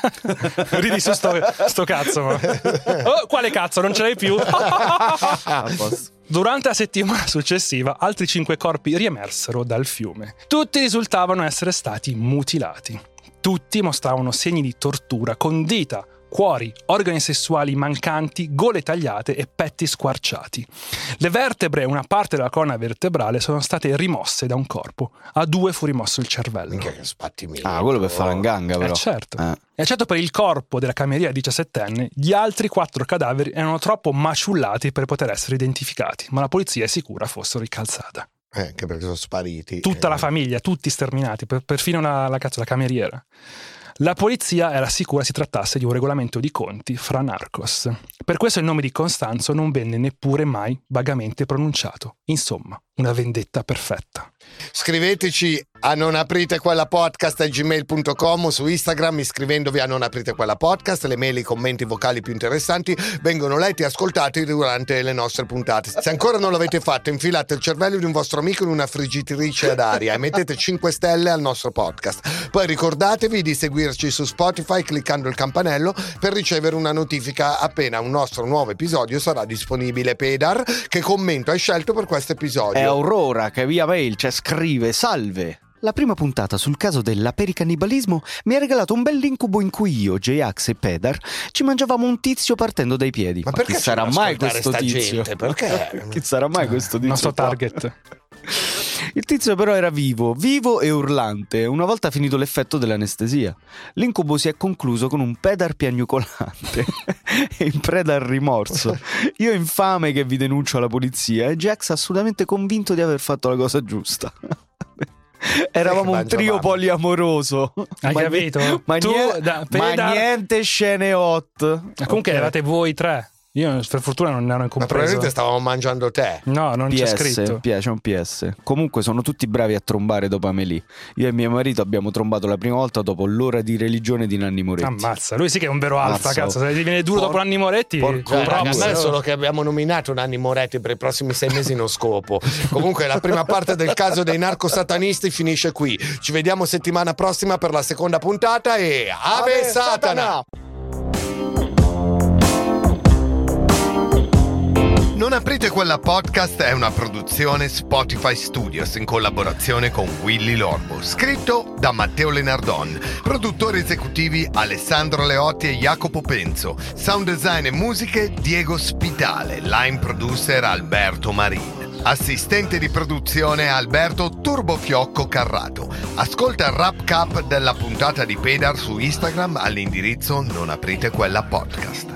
[SPEAKER 4] Ridi su sto, sto cazzo. Ma. Oh, quale cazzo? Non ce l'hai più? Durante la settimana successiva, altri cinque corpi riemersero dal fiume. Tutti risultavano essere stati mutilati. Tutti mostravano segni di tortura con dita, cuori, organi sessuali mancanti, gole tagliate e petti squarciati. Le vertebre e una parte della colonna vertebrale sono state rimosse da un corpo. A due fu rimosso il cervello.
[SPEAKER 3] Minchia, che sbattimento.
[SPEAKER 2] Ah, quello per fare l'anganga, però.
[SPEAKER 4] Eh certo.
[SPEAKER 2] Eh.
[SPEAKER 4] E eccetto per il corpo della cameriera diciassettenne, gli altri quattro cadaveri erano troppo maciullati per poter essere identificati, ma la polizia è sicura fossero ricalzata.
[SPEAKER 3] Eh, anche perché sono spariti.
[SPEAKER 4] Tutta
[SPEAKER 3] eh.
[SPEAKER 4] la famiglia, tutti sterminati, per, perfino la, la, cazzo, la cameriera. La polizia era sicura si trattasse di un regolamento di conti fra narcos. Per questo il nome di Costanzo non venne neppure mai vagamente pronunciato. Insomma, una vendetta perfetta.
[SPEAKER 3] Scriveteci a non aprite quella podcast a gmail punto com o su Instagram iscrivendovi a non aprite quella podcast. Le mail e i commenti vocali più interessanti vengono letti e ascoltati durante le nostre puntate. Se ancora non l'avete fatto, infilate il cervello di un vostro amico in una friggitrice ad aria e mettete cinque stelle al nostro podcast. Poi ricordatevi di seguirci su Spotify cliccando il campanello per ricevere una notifica appena un nostro nuovo episodio sarà disponibile. Pedar, che commento hai scelto per questo episodio?
[SPEAKER 2] È Aurora che via mail ci scrive: salve! La prima puntata sul caso dell'apericannibalismo mi ha regalato un bell'incubo in cui io, J-Ax e Pedar ci mangiavamo un tizio partendo dai piedi.
[SPEAKER 3] Ma,
[SPEAKER 2] Ma
[SPEAKER 3] perché
[SPEAKER 2] chi sarà mai questo
[SPEAKER 3] sta
[SPEAKER 2] tizio?
[SPEAKER 3] Gente? Perché?
[SPEAKER 2] Chi sarà mai questo tizio?
[SPEAKER 4] Nostro
[SPEAKER 2] qua?
[SPEAKER 4] target.
[SPEAKER 2] Il tizio però era vivo, vivo e urlante, una volta finito l'effetto dell'anestesia. L'incubo si è concluso con un Pedar piagnucolante e in preda al rimorso. Io infame che vi denuncio alla polizia e Jax assolutamente convinto di aver fatto la cosa giusta. Eravamo un trio poliamoroso.
[SPEAKER 4] Hai
[SPEAKER 2] ma
[SPEAKER 4] capito?
[SPEAKER 2] Nie- ma,
[SPEAKER 4] Tu,
[SPEAKER 2] nie-
[SPEAKER 4] da,
[SPEAKER 2] ma
[SPEAKER 4] Pedar...
[SPEAKER 2] niente scene hot.
[SPEAKER 4] Comunque
[SPEAKER 2] Okay.
[SPEAKER 4] eravate voi tre. Io per fortuna non ne ero
[SPEAKER 3] Ma
[SPEAKER 4] compreso.
[SPEAKER 3] probabilmente stavamo mangiando te.
[SPEAKER 4] No, non
[SPEAKER 2] P
[SPEAKER 4] c'è
[SPEAKER 2] S,
[SPEAKER 4] scritto.
[SPEAKER 2] P S, c'è un P S. Comunque sono tutti bravi a trombare dopo Amélie. Io e mio marito abbiamo trombato la prima volta dopo l'ora di religione di Nanni Moretti.
[SPEAKER 4] Ammazza, lui sì che è un vero alfa,
[SPEAKER 2] Mazza.
[SPEAKER 4] cazzo. Se ti viene duro
[SPEAKER 2] Por-
[SPEAKER 4] dopo Nanni Moretti,
[SPEAKER 2] porco
[SPEAKER 3] Cioè,
[SPEAKER 4] props.
[SPEAKER 3] raga, a me solo che abbiamo nominato Nanni Moretti per i prossimi sei mesi non scopo. Comunque la prima parte del caso dei narcosatanisti finisce qui. Ci vediamo settimana prossima per la seconda puntata e Ave,
[SPEAKER 2] Ave
[SPEAKER 3] Satana!
[SPEAKER 2] Satana!
[SPEAKER 3] Non aprite quella podcast è una produzione Spotify Studios in collaborazione con Willy Lorbo. Scritto da Matteo Lenardon. Produttori esecutivi Alessandro Leotti e Jacopo Penzo. Sound design e musiche Diego Spitale. Line producer Alberto Marin. Assistente di produzione Alberto Turbofiocco Carrato. Ascolta il wrap up della puntata di Pedar su Instagram all'indirizzo Non aprite quella podcast.